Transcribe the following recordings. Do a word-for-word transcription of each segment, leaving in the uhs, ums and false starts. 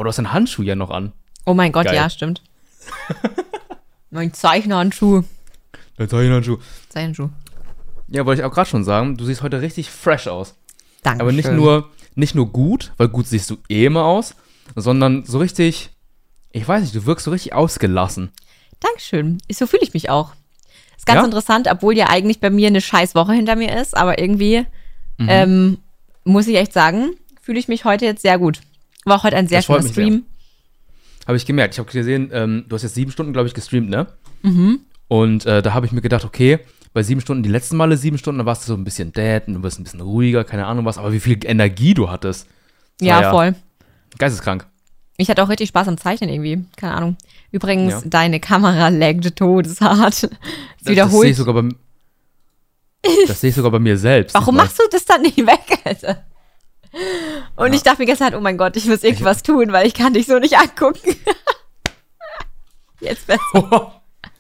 Oh, du hast einen Handschuh ja noch an. Oh mein Gott, Geil. ja, stimmt. Mein Zeichnerhandschuh. Der Zeichenhandschuh. Zeichenhandschuh. Ja, wollte ich auch gerade schon sagen, du siehst heute richtig fresh aus. Danke. Aber nicht nur, nicht nur gut, weil gut siehst du eh immer aus, sondern so richtig, ich weiß nicht, du wirkst so richtig ausgelassen. Dankeschön. So fühle ich mich auch. Ist ganz Ja? interessant, obwohl ja eigentlich bei mir eine scheiß Woche hinter mir ist, aber irgendwie Mhm. ähm, muss ich echt sagen, fühle ich mich heute jetzt sehr gut. War auch heute ein sehr Das freut schöner mich sehr. Stream. Habe ich gemerkt. Ich habe gesehen, ähm, du hast jetzt sieben Stunden, glaube ich, gestreamt, ne? Mhm. Und äh, da habe ich mir gedacht, okay, bei sieben Stunden, die letzten Male sieben Stunden, da warst du so ein bisschen dead und du wirst ein bisschen ruhiger, keine Ahnung was, aber wie viel Energie du hattest. Das Ja, war ja voll. Geisteskrank. Ich hatte auch richtig Spaß am Zeichnen irgendwie. Keine Ahnung. Übrigens, Ja. deine Kamera laggt todeshart. Es Das, das wiederholt. sehe ich sogar bei Das sehe ich sogar bei mir selbst. Warum Mal. machst du das dann nicht weg, Alter? Und Ja. ich dachte mir gestern, oh mein Gott, ich muss irgendwas tun, weil ich kann dich so nicht angucken. Jetzt besser.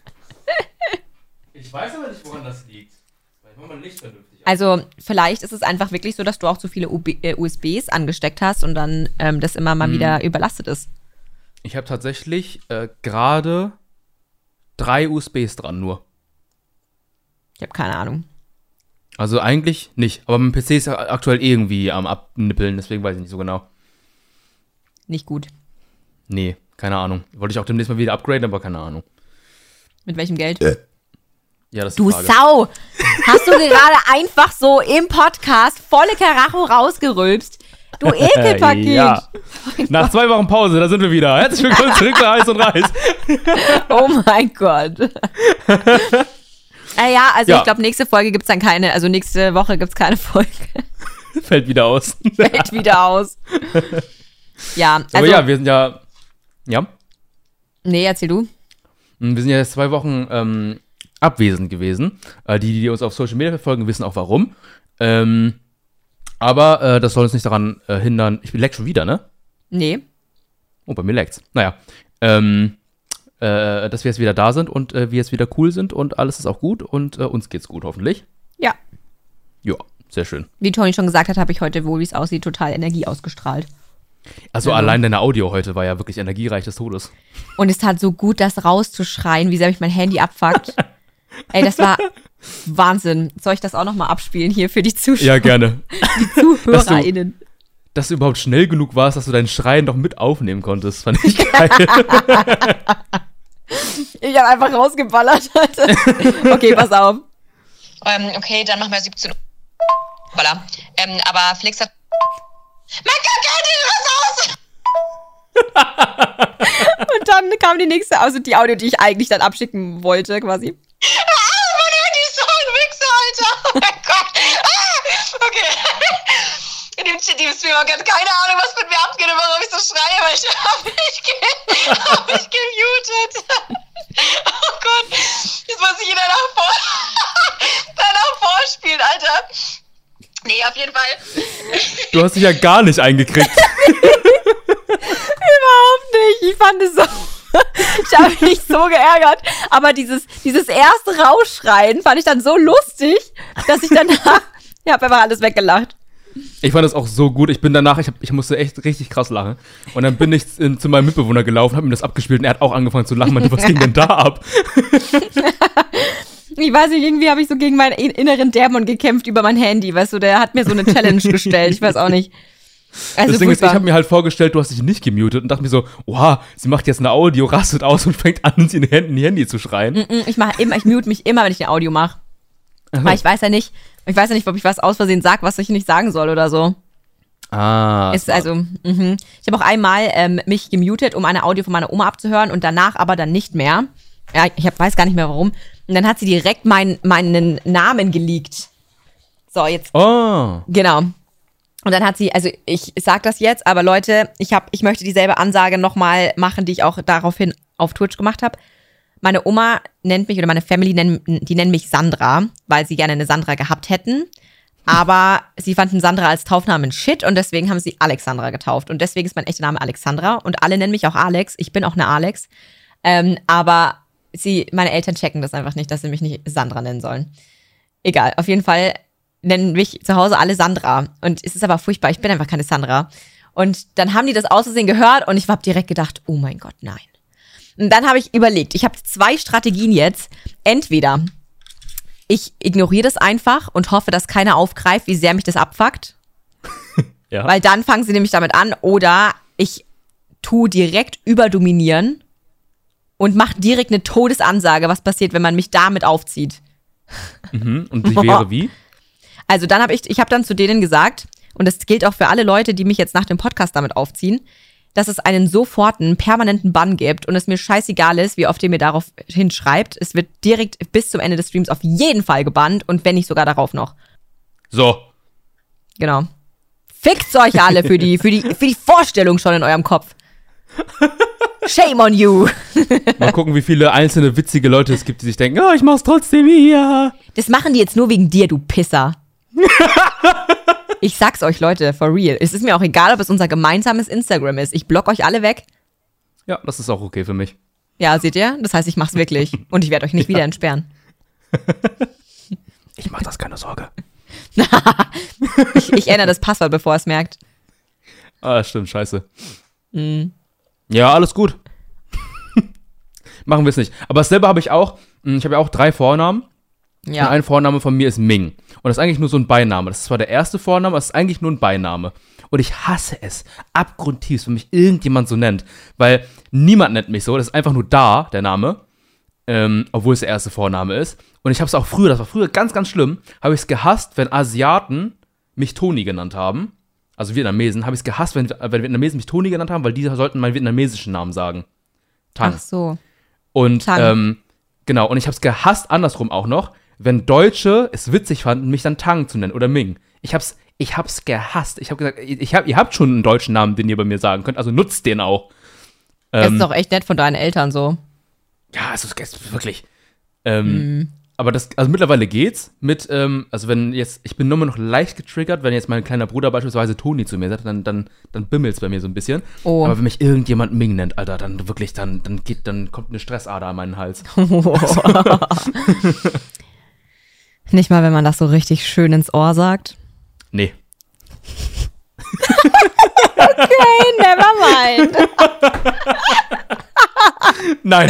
Ich weiß aber nicht, woran das liegt. Vielleicht machen wir Licht vernünftig. Also vielleicht ist es einfach wirklich so, dass du auch zu viele U B, äh, U S Bs angesteckt hast und dann ähm, das immer mal Mhm. wieder überlastet ist. Ich habe tatsächlich äh, gerade drei U S Bs dran nur. Ich habe keine Ahnung. Also eigentlich nicht. Aber mein P C ist ja aktuell irgendwie am Abnippeln, deswegen weiß ich nicht so genau. Nicht gut. Nee, keine Ahnung. Wollte ich auch demnächst mal wieder upgraden, aber keine Ahnung. Mit welchem Geld? Ja, das ist Du die Frage. Sau! Hast du gerade einfach so im Podcast volle Karacho rausgerülpst? Du Ekelpaket! Ja. Nach zwei Wochen Pause, da sind wir wieder. Herzlich willkommen zurück zu Eis und Reis. Oh mein Gott. äh, ja, also Ja. ich glaube, nächste Folge gibt's dann keine, also nächste Woche gibt's keine Folge. Fällt wieder aus. Fällt wieder aus. Ja, also, aber ja, wir sind ja, ja, nee, erzähl du. wir sind ja jetzt zwei Wochen ähm, abwesend gewesen. Äh, die, die uns auf Social Media verfolgen, wissen auch warum. Ähm, aber äh, das soll uns nicht daran äh, hindern. Ich lag schon wieder, ne? Nee. Oh, bei mir lag's. Naja. Ähm, äh, dass wir jetzt wieder da sind und äh, wir jetzt wieder cool sind und alles ist auch gut und äh, uns geht's gut, hoffentlich. Ja. Ja, sehr schön. Wie Toni schon gesagt hat, habe ich heute, wohl wie es aussieht, total Energie ausgestrahlt. Also Ja. allein deine Audio heute war ja wirklich energiereich des Todes. Und es tat so gut, das rauszuschreien, wie sehr mich mein Handy abfuckt. Ey, das war Wahnsinn. Soll ich das auch nochmal abspielen hier für die Zuschauer? Ja, gerne. ZuhörerInnen. Dass du überhaupt schnell genug warst, dass du deinen Schreien noch mit aufnehmen konntest, fand ich geil. Ich habe einfach rausgeballert, Alter. Okay, pass auf. Ähm, okay, dann machen wir siebzehn Uhr. Voilà. Ähm, aber Flix hat... Mein Gott, raus! Und dann kam die nächste, also die Audio, die ich eigentlich dann abschicken wollte, quasi. Ah, mein Handy ist so ein Wichser, Alter! Oh mein Gott! Ah, okay. In dem Chat, dem Stream hat keine Ahnung, was mit mir abgeht und warum ich so schreie, weil ich hab mich, ge hab mich gemutet. Oh Gott, jetzt muss ich ihn danach, vor danach vorspielen, Alter. Nee, auf jeden Fall. Du hast dich ja gar nicht eingekriegt. Überhaupt nicht. Ich fand es so. Ich habe mich so geärgert. Aber dieses, dieses erste Rausschreien fand ich dann so lustig, dass ich danach. Ich habe einfach alles weggelacht. Ich fand das auch so gut. Ich bin danach, ich, hab, ich musste echt richtig krass lachen. Und dann bin ich in, zu meinem Mitbewohner gelaufen, hab ihm das abgespielt und er hat auch angefangen zu lachen. Meinte, was ging denn da ab? Ich weiß nicht, irgendwie habe ich so gegen meinen inneren Dämon gekämpft über mein Handy. Weißt du, der hat mir so eine Challenge gestellt. Ich weiß auch nicht. Also das Ding ist, ich furchtbar. habe mir halt vorgestellt, du hast dich nicht gemutet und dachte mir so, oha, sie macht jetzt eine Audio, rastet aus und fängt an, in den Handy zu schreien. Mm, Ich mache immer, ich mute mich immer, wenn ich ein Audio mache. Aha. Weil ich weiß ja nicht, ich weiß ja nicht, ob ich was aus Versehen sag, was ich nicht sagen soll oder so. Ah. Ist smart. also, mhm. Ich habe auch einmal ähm, mich gemutet, um eine Audio von meiner Oma abzuhören und danach aber dann nicht mehr. Ja, ich hab, weiß gar nicht mehr warum. Und dann hat sie direkt mein, meinen Namen geleakt. So, jetzt, Oh. genau. Und dann hat sie, also ich sag das jetzt, aber Leute, ich hab, ich möchte dieselbe Ansage nochmal machen, die ich auch daraufhin auf Twitch gemacht habe. Meine Oma nennt mich, oder meine Family, nennen, die nennen mich Sandra, weil sie gerne eine Sandra gehabt hätten. Aber sie fanden Sandra als Taufnamen shit und deswegen haben sie Alexandra getauft. Und deswegen ist mein echter Name Alexandra. Und alle nennen mich auch Alex. Ich bin auch eine Alex. Ähm, aber sie, meine Eltern checken das einfach nicht, dass sie mich nicht Sandra nennen sollen. Egal, auf jeden Fall nennen mich zu Hause alle Sandra. Und es ist aber furchtbar, ich bin einfach keine Sandra. Und dann haben die das aus Versehen gehört und ich habe direkt gedacht, oh mein Gott, nein. Und dann habe ich überlegt, ich habe zwei Strategien jetzt. Entweder ich ignoriere das einfach und hoffe, dass keiner aufgreift, wie sehr mich das abfuckt. Ja. Weil dann fangen sie nämlich damit an. Oder ich tue direkt überdominieren und mache direkt eine Todesansage, was passiert, wenn man mich damit aufzieht. Mhm. Und die wäre wie? Also dann habe ich, ich habe dann zu denen gesagt, und das gilt auch für alle Leute, die mich jetzt nach dem Podcast damit aufziehen, dass es einen soforten, permanenten Bann gibt und es mir scheißegal ist, wie oft ihr mir darauf hinschreibt. Es wird direkt bis zum Ende des Streams auf jeden Fall gebannt und wenn nicht sogar darauf noch. So. Genau. Fickt's euch alle für die, für die, für die Vorstellung schon in eurem Kopf. Shame on you. Mal gucken, wie viele einzelne witzige Leute es gibt, die sich denken, oh, ich mach's trotzdem hier. Das machen die jetzt nur wegen dir, du Pisser. Ich sag's euch, Leute, for real. Es ist mir auch egal, ob es unser gemeinsames Instagram ist. Ich block euch alle weg. Ja, das ist auch okay für mich. Ja, seht ihr? Das heißt, ich mach's wirklich. Und ich werde euch nicht ja. wieder entsperren. Ich mach das, keine Sorge. ich, ich ändere das Passwort, bevor es merkt. Ah, stimmt, scheiße. Mm. Ja, alles gut. Machen wir es nicht. Aber dasselbe habe ich auch. Ich habe ja auch drei Vornamen. Ja. Und ein Vorname von mir ist Ming. Und das ist eigentlich nur so ein Beiname. Das ist zwar der erste Vorname, aber es ist eigentlich nur ein Beiname. Und ich hasse es abgrundtiefst, wenn mich irgendjemand so nennt. Weil niemand nennt mich so. Das ist einfach nur da, der Name. Ähm, obwohl es der erste Vorname ist. Und ich habe es auch früher, das war früher ganz, ganz schlimm, habe ich es gehasst, wenn Asiaten mich Toni genannt haben. Also Vietnamesen, habe ich es gehasst, wenn, wenn Vietnamesen mich Toni genannt haben, weil die sollten meinen vietnamesischen Namen sagen. Tang. Ach so. Und, Tang. ähm, genau, und ich habe es gehasst, andersrum auch noch, wenn Deutsche es witzig fanden, mich dann Tang zu nennen oder Ming. Ich hab's, ich hab's gehasst. Ich habe gesagt, ich hab, ihr habt schon einen deutschen Namen, den ihr bei mir sagen könnt, also nutzt den auch. Das Ähm, ist doch echt nett von deinen Eltern so. ja, also es ist wirklich. Ähm, Mhm. Aber das, also mittlerweile geht's mit, ähm, also wenn jetzt, ich bin nur noch leicht getriggert, wenn jetzt mein kleiner Bruder beispielsweise Toni zu mir sagt, dann, dann, dann bimmelt's bei mir so ein bisschen. Oh. Aber wenn mich irgendjemand Ming nennt, Alter, dann wirklich, dann, dann geht, dann kommt eine Stressader an meinen Hals. Nicht mal, wenn man das so richtig schön ins Ohr sagt. Nee. Okay, never mind. Nein.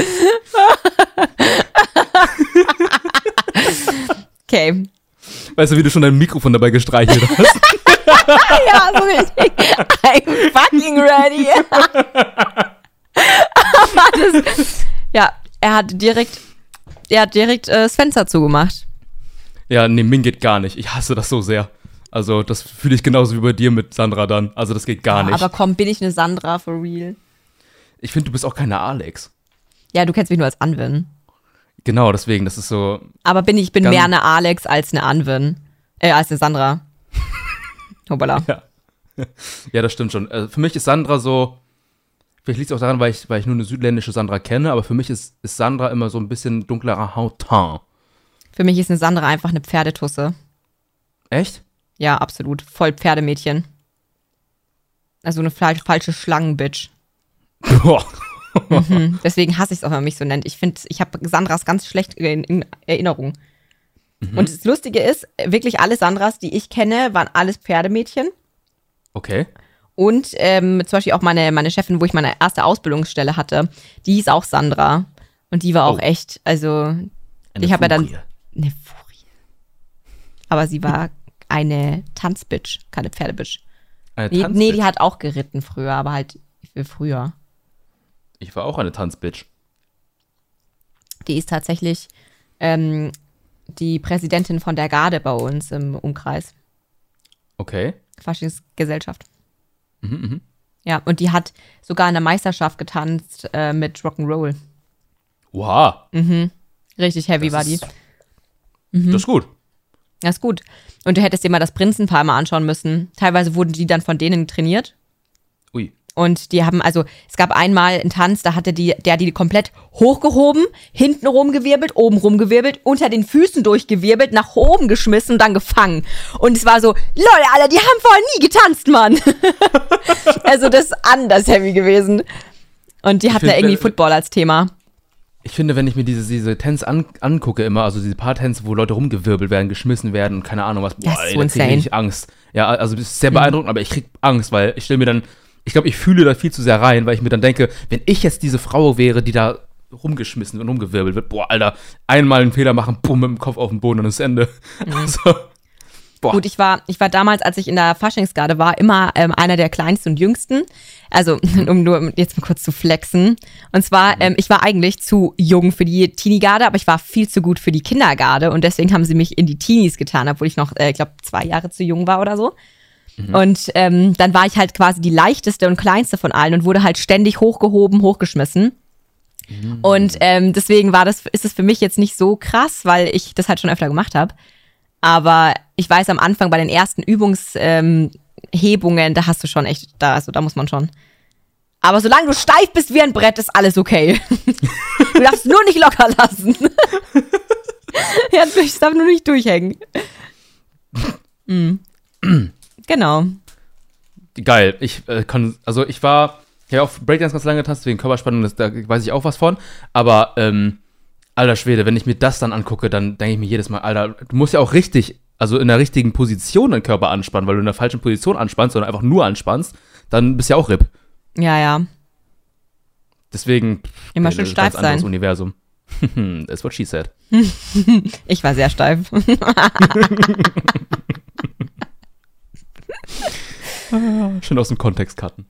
Okay. Weißt du, wie du schon dein Mikrofon dabei gestreichelt hast? Ja, so richtig. I'm fucking ready. Aber das, ja, er hat direkt, er hat direkt äh, das Fenster zugemacht. Ja, nee, Ming geht gar nicht. Ich hasse das so sehr. Also, das fühle ich genauso wie bei dir mit Sandra dann. Also, das geht gar Ja, nicht. aber komm, bin ich eine Sandra for real? Ich finde, du bist auch keine Alex. Ja, du kennst mich nur als Anwin. Genau, deswegen, das ist so. Aber bin ich bin Ganz- mehr eine Alex als eine Anwin. Äh, als eine Sandra. Hoppala. Ja. Ja, das stimmt schon. Also für mich ist Sandra so. Vielleicht liegt es auch daran, weil ich, weil ich nur eine südländische Sandra kenne, aber für mich ist, ist Sandra immer so ein bisschen dunklerer Hautton. Für mich ist eine Sandra einfach eine Pferdetusse. Echt? Ja, absolut. Voll Pferdemmädchen. Also eine fal- falsche Schlangenbitch. Boah. Mhm. Deswegen hasse ich es auch, wenn man mich so nennt. Ich finde, ich habe Sandras ganz schlecht in, in Erinnerung. Mhm. Und das Lustige ist, wirklich alle Sandras, die ich kenne, waren alles Pferdemädchen. Okay. Und ähm, zum Beispiel auch meine, meine Chefin, wo ich meine erste Ausbildungsstelle hatte, die hieß auch Sandra. Und die war auch Oh. echt, also Eine ich habe ja dann Furie. eine Furie. Aber sie war eine Tanzbitch, keine Pferdebitch. Eine Nee, Tanzbitch. nee, die hat auch geritten früher, aber halt für früher. Ich war auch eine Tanzbitch. Die ist tatsächlich ähm, die Präsidentin von der Garde bei uns im Umkreis. Okay. Faschingsgesellschaft. Mhm, mhm. Ja, und die hat sogar in der Meisterschaft getanzt äh, mit Rock'n'Roll. Wow. Richtig heavy Das war die. ist- Das ist gut. Das ist gut. Und du hättest dir mal das Prinzenpaar mal anschauen müssen. Teilweise wurden die dann von denen trainiert. Ui. Und die haben, also es gab einmal einen Tanz, da hatte die, der die komplett hochgehoben, hinten rumgewirbelt, oben rumgewirbelt, unter den Füßen durchgewirbelt, nach oben geschmissen und dann gefangen. Und es war so, Leute, Alter, die haben vorher nie getanzt, Mann. Also das ist anders heavy gewesen. Und die hatten find, da irgendwie wenn- Football als Thema. Ich finde, wenn ich mir diese, diese Tänze an, angucke immer, also diese paar Tänze, wo Leute rumgewirbelt werden, geschmissen werden und keine Ahnung was, boah, Das ist ey, so da krieg ich insane. richtig Angst. Ja, also das ist sehr beeindruckend, mhm. aber ich krieg Angst, weil ich stelle mir dann, ich glaube, ich fühle da viel zu sehr rein, weil ich mir dann denke, wenn ich jetzt diese Frau wäre, die da rumgeschmissen und rumgewirbelt wird, boah, Alter, einmal einen Fehler machen, bumm, mit dem Kopf auf den Boden und das Ende. Mhm. Also, boah. Gut, ich war, ich war damals, als ich in der Faschingsgarde war, immer ähm, einer der kleinsten und jüngsten. Also, um nur jetzt mal kurz zu flexen. Und zwar, ähm, ich war eigentlich zu jung für die Teenie-Garde, aber ich war viel zu gut für die Kindergarde und deswegen haben sie mich in die Teenies getan, obwohl ich noch, äh, ich glaube, zwei Jahre zu jung war oder so. Mhm. Und ähm, dann war ich halt quasi die leichteste und kleinste von allen und wurde halt ständig hochgehoben, hochgeschmissen. Mhm. Und ähm, deswegen war das, ist es für mich jetzt nicht so krass, weil ich das halt schon öfter gemacht habe. Aber ich weiß, am Anfang bei den ersten Übungshebungen, ähm, da hast du schon echt, da, also da muss man schon. Aber solange du steif bist wie ein Brett, ist alles okay. Du darfst nur nicht locker lassen. Ja, ich darf nur nicht durchhängen. Mhm. Genau. Geil. Ich äh, kann, also ich war, ich habe auch Breakdance ganz lange getanzt, wegen Körperspannung, das, da weiß ich auch was von. Aber, ähm, alter Schwede, wenn ich mir das dann angucke, dann denke ich mir jedes Mal, Alter, du musst ja auch richtig, also in der richtigen Position deinen Körper anspannen, weil du in der falschen Position anspannst oder einfach nur anspannst, dann bist du ja auch R I P. Ja, ja. Deswegen, immer ey, schön das ist steif ein ganz anderes sein. Universum. That's what she said. Ich war sehr steif. Schön aus dem Kontext cutten.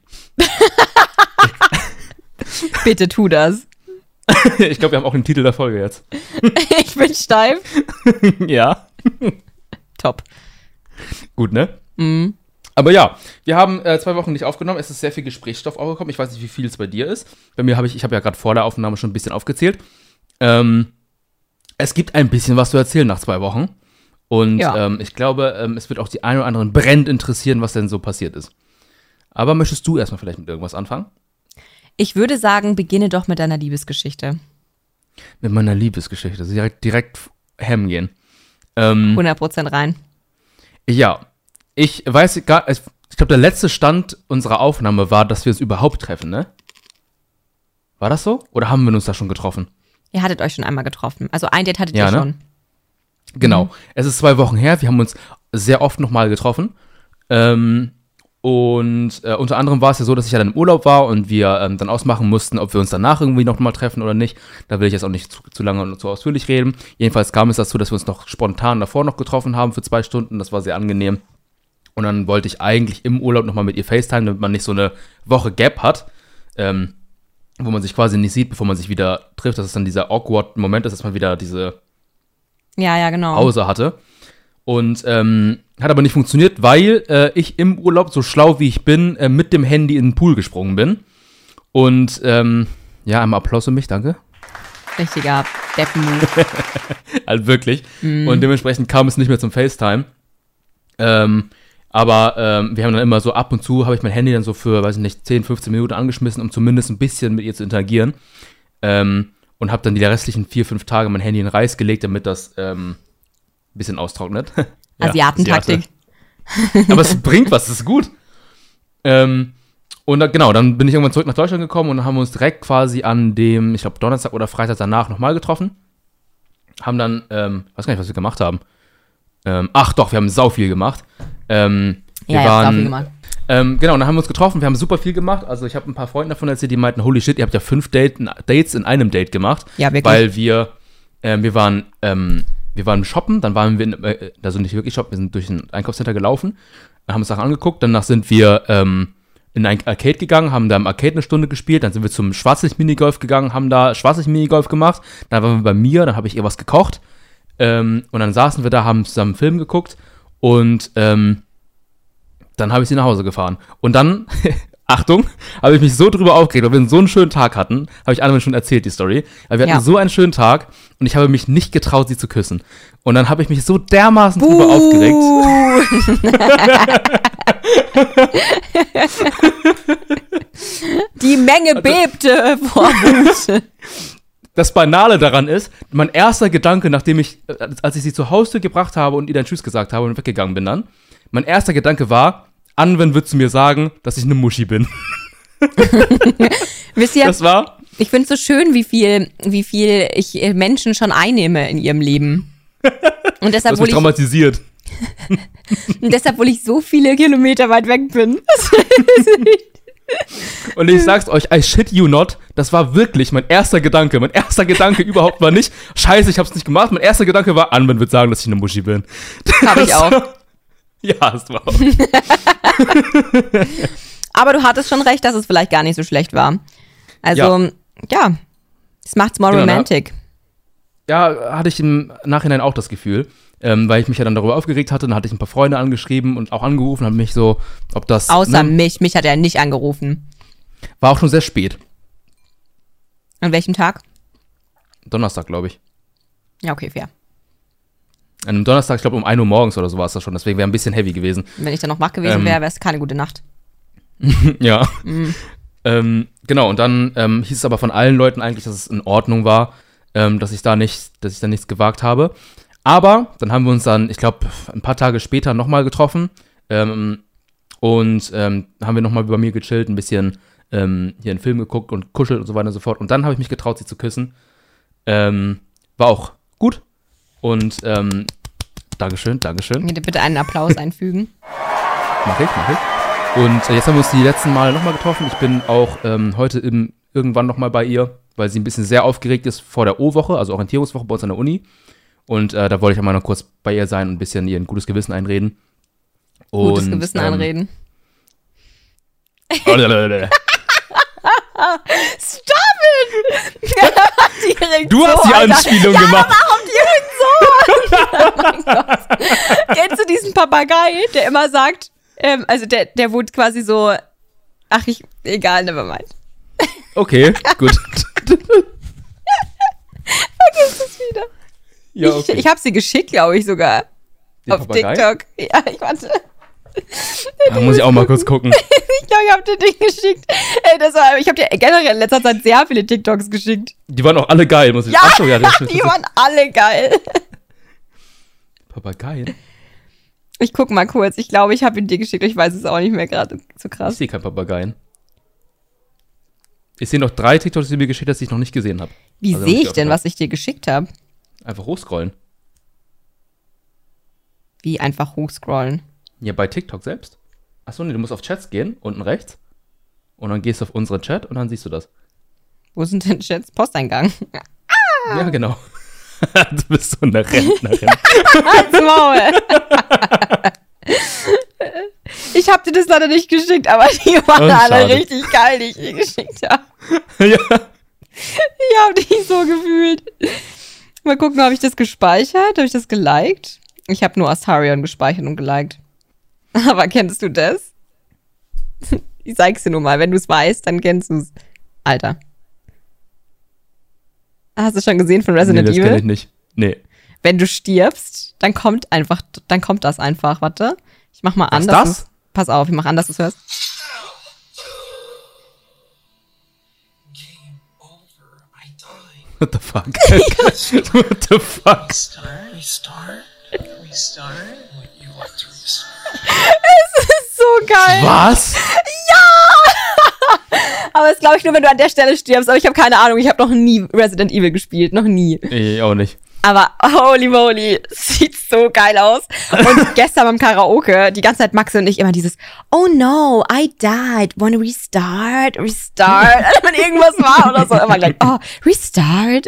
Bitte tu das. Ich glaube, wir haben auch den Titel der Folge jetzt. Ich bin steif. Ja. Top. Gut, ne? Mhm. Aber ja, wir haben äh, zwei Wochen nicht aufgenommen. Es ist sehr viel Gesprächsstoff aufgekommen. Ich weiß nicht, wie viel es bei dir ist. Bei mir habe ich, ich habe ja gerade vor der Aufnahme schon ein bisschen aufgezählt. Ähm, es gibt ein bisschen was zu erzählen nach zwei Wochen. Und ja. ähm, ich glaube, ähm, es wird auch die einen oder anderen brennend interessieren, was denn so passiert ist. Aber möchtest du erstmal vielleicht mit irgendwas anfangen? Ich würde sagen, beginne doch mit deiner Liebesgeschichte. Mit meiner Liebesgeschichte. Also direkt, direkt hem gehen. Ähm, hundert Prozent rein. Ja, ich weiß gar, ich glaube, der letzte Stand unserer Aufnahme war, dass wir uns überhaupt treffen, ne? War das so? Oder haben wir uns da schon getroffen? Ihr hattet euch schon einmal getroffen. Also ein Date hattet Ja, ihr ne? schon. Genau. Mhm. Es ist zwei Wochen her. Wir haben uns sehr oft nochmal getroffen. Ähm, und äh, unter anderem war es ja so, dass ich ja dann im Urlaub war und wir ähm, dann ausmachen mussten, ob wir uns danach irgendwie nochmal treffen oder nicht. Da will ich jetzt auch nicht zu, zu lange und zu ausführlich reden. Jedenfalls kam es dazu, dass wir uns noch spontan davor noch getroffen haben für zwei Stunden. Das war sehr angenehm. Und dann wollte ich eigentlich im Urlaub nochmal mit ihr FaceTime, damit man nicht so eine Woche Gap hat, ähm, wo man sich quasi nicht sieht, bevor man sich wieder trifft. Das ist dann dieser awkward Moment, dass man wieder diese Ja, ja, genau. Pause hatte. Und ähm, hat aber nicht funktioniert, weil äh, ich im Urlaub, so schlau wie ich bin, äh, mit dem Handy in den Pool gesprungen bin. Und ähm, ja, einmal Applaus für mich, danke. Richtiger Deppen-Move. Also wirklich. Mm. Und dementsprechend kam es nicht mehr zum FaceTime. Ähm, aber ähm, wir haben dann immer so ab und zu, habe ich mein Handy dann so für, weiß ich nicht, zehn, fünfzehn Minuten angeschmissen, um zumindest ein bisschen mit ihr zu interagieren. Ähm, und habe dann die restlichen vier, fünf Tage mein Handy in Reis gelegt, damit das ähm, ein bisschen austrocknet. Ja, Asiatentaktik. Asiate. Aber es bringt was, das ist gut. Ähm, und da, genau, dann bin ich irgendwann zurück nach Deutschland gekommen und dann haben wir uns direkt quasi an dem, ich glaube Donnerstag oder Freitag danach nochmal getroffen. Haben dann, ähm, weiß gar nicht, was wir gemacht haben. Ähm, ach doch, wir haben sau viel gemacht. Ähm, wir Ja, ihr habt waren, sau viel gemacht. Ähm, genau, und dann haben wir uns getroffen, wir haben super viel gemacht. Also ich habe ein paar Freunden davon erzählt, die meinten, holy shit, ihr habt ja fünf Date, Dates in einem Date gemacht. Ja, wirklich. Weil wir, ähm, wir waren, ähm, wir waren shoppen, dann waren wir, in, äh, also nicht wirklich shoppen, wir sind durch ein Einkaufscenter gelaufen, haben uns Sachen angeguckt, danach sind wir ähm, in ein Arcade gegangen, haben da im Arcade eine Stunde gespielt, dann sind wir zum Schwarzlicht-Minigolf gegangen, haben da Schwarzlicht-Minigolf gemacht, dann waren wir bei mir, dann habe ich ihr was gekocht ähm, und dann saßen wir da, haben zusammen einen Film geguckt und ähm, dann habe ich sie nach Hause gefahren. Und dann, Achtung, habe ich mich so drüber aufgeregt, weil wir so einen schönen Tag hatten, habe ich anderen schon erzählt, die Story. Aber wir hatten Ja. so einen schönen Tag und ich habe mich nicht getraut, sie zu küssen. Und dann habe ich mich so dermaßen Buh. drüber aufgeregt. Die Menge bebte vor Wut. Das Banale daran ist, mein erster Gedanke, nachdem ich, als ich sie zur Haustür gebracht habe und ihr dann Tschüss gesagt habe und weggegangen bin dann, mein erster Gedanke war, Anwen wird zu mir sagen, dass ich eine Muschi bin. Wisst ihr, Das war, ich finde es so schön, wie viel, wie viel ich äh, Menschen schon einnehme in ihrem Leben. Und das deshalb hat hole mich ich, traumatisiert. Und deshalb, obwohl ich so viele Kilometer weit weg bin. Und ich sag's euch, I shit you not, das war wirklich mein erster Gedanke. Mein erster Gedanke überhaupt war nicht, scheiße, ich hab's nicht gemacht. Mein erster Gedanke war, Anwen wird sagen, dass ich eine Muschi bin. Hab ich auch. Ja, hast du auch. Aber du hattest schon recht, dass es vielleicht gar nicht so schlecht war. Also, ja, ja es macht's more genau, romantic. Ja, hatte ich im Nachhinein auch das Gefühl. Ähm, weil ich mich ja dann darüber aufgeregt hatte, dann hatte ich ein paar Freunde angeschrieben und auch angerufen, haben mich so, ob das... Außer ne, mich, mich hat er nicht angerufen. War auch schon sehr spät. An welchem Tag? Donnerstag, glaube ich. Ja, okay, fair. An einem Donnerstag, ich glaube um ein Uhr morgens oder so war es das schon, deswegen wäre ein bisschen heavy gewesen. Wenn ich dann noch wach gewesen ähm, wäre, wäre es keine gute Nacht. Ja. Mhm. Ähm, genau, und dann ähm, hieß es aber von allen Leuten eigentlich, dass es in Ordnung war, ähm, dass ich da nicht, dass ich da nichts gewagt habe. Aber dann haben wir uns dann, ich glaube, ein paar Tage später nochmal getroffen ähm, und ähm, haben wir nochmal bei mir gechillt, ein bisschen ähm, hier einen Film geguckt und kuschelt und so weiter und so fort. Und dann habe ich mich getraut, sie zu küssen. Ähm, war auch gut. Und ähm, Dankeschön, Dankeschön. Bitte, bitte einen Applaus einfügen. Mach ich, mach ich. Und äh, jetzt haben wir uns die letzten Male nochmal getroffen. Ich bin auch ähm, heute im, irgendwann nochmal bei ihr, weil sie ein bisschen sehr aufgeregt ist vor der O-Woche, also Orientierungswoche bei uns an der Uni. Und äh, da wollte ich einmal noch kurz bei ihr sein und ein bisschen ihr ein gutes Gewissen einreden. Und, gutes Gewissen ähm, einreden. Oh, lalalala. Stop it! Du so, hast die Alter. Anspielung ja, gemacht. Warum direkt so? Oh mein Gott. Kennst du diesen Papagei, der immer sagt, ähm, also der, der wurde quasi so, ach ich, egal, nevermind. Okay, gut. Vergiss es wieder. Ja, okay. Ich, ich habe sie geschickt, glaube ich sogar. Den auf Papagei? TikTok. Ja, ich warte. Da muss ich auch mal kurz gucken. Ich glaube, ich habe dir den geschickt. Ey, das war, ich habe dir generell in letzter Zeit sehr viele TikToks geschickt. Die waren auch alle geil, muss ich sagen. Ja, Achso, ja, das die waren alle geil. Papageien? Ich guck mal kurz. Ich glaube, ich habe ihn dir geschickt. Ich weiß es auch nicht mehr gerade. So krass. Ich sehe keinen Papageien. Ich sehe noch drei TikToks, die du mir geschickt hast, die ich noch nicht gesehen habe. Wie Also, sehe ich denn, was ich dir geschickt habe? Einfach hochscrollen. Wie einfach hochscrollen? Ja, bei TikTok selbst. Achso, nee, du musst auf Chats gehen, unten rechts. Und dann gehst du auf unseren Chat und dann siehst du das. Wo sind denn Chats? Posteingang. Ah. Ja, genau. Du bist so eine Rentnerin. Halt's Maul. Ich hab dir das leider nicht geschickt, aber die waren Oh, alle schade. richtig geil, die ich dir geschickt habe. Ja. Ich hab dich so gefühlt. Mal gucken, habe ich das gespeichert? Habe ich das geliked? Ich habe nur Astarion gespeichert und geliked. Aber kennst du das? Ich zeig's dir nur mal. Wenn du es weißt, dann kennst du es. Alter. Hast du schon gesehen von Resident Nee, das Evil? kenn ich nicht. Nee. Wenn du stirbst, dann kommt einfach, dann kommt das einfach. Warte. Ich mach mal an. Was dass das? du's- Pass auf, ich mach an, dass du es hörst. Game over. I died. What the fuck? What the fuck? Restart. Restart. Restart. Would you like to restart? Das ist so geil. Was? Aber das glaube ich nur, wenn du an der Stelle stirbst. Aber ich habe keine Ahnung. Ich habe noch nie Resident Evil gespielt. Noch nie. Ich auch nicht. Aber holy moly, sieht so geil aus. Und gestern beim Karaoke, die ganze Zeit Max und ich immer dieses Oh no, I died. Wanna restart? Restart? Wenn irgendwas war oder so. Immer gleich, oh, restart.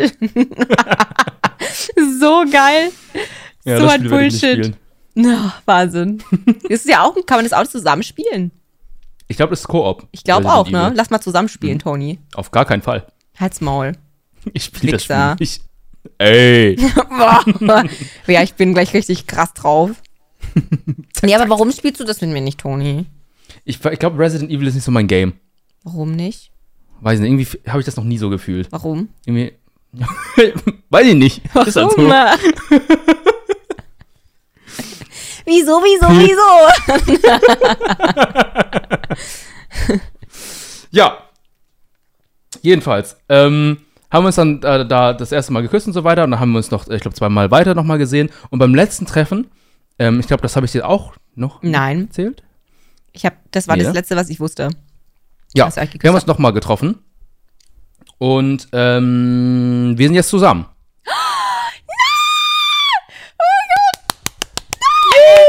So geil. Ja, so das ein Spiel werde ich nicht Bullshit. spielen. No, Wahnsinn. Das ist ja auch, kann man das auch zusammen spielen? Ich glaube, das ist Koop. Ich glaube Resident auch, ne? Evil. Lass mal zusammen spielen, Toni. Auf gar keinen Fall. Halt's Maul. Ich spiele das Spiel Wichser. nicht. Ey. Ja, ich bin gleich richtig krass drauf. Nee, aber warum spielst du das mit mir nicht, Toni? Ich, ich glaube, Resident Evil ist nicht so mein Game. Warum nicht? Weiß nicht, irgendwie habe ich das noch nie so gefühlt. Warum? Irgendwie. Weiß ich nicht. Ist halt so. Warum? Wieso, wieso, wieso? Ja. Jedenfalls. Ähm, haben wir uns dann äh, da das erste Mal geküsst und so weiter. Und dann haben wir uns noch, ich glaube, zweimal weiter nochmal gesehen. Und beim letzten Treffen, ähm, ich glaube, das habe ich dir auch noch Nein. erzählt. Ich hab, das war Nee, das ne? Letzte, was ich wusste. Ja, Dass ihr euch geküsst wir haben uns nochmal getroffen. Und ähm, wir sind jetzt zusammen.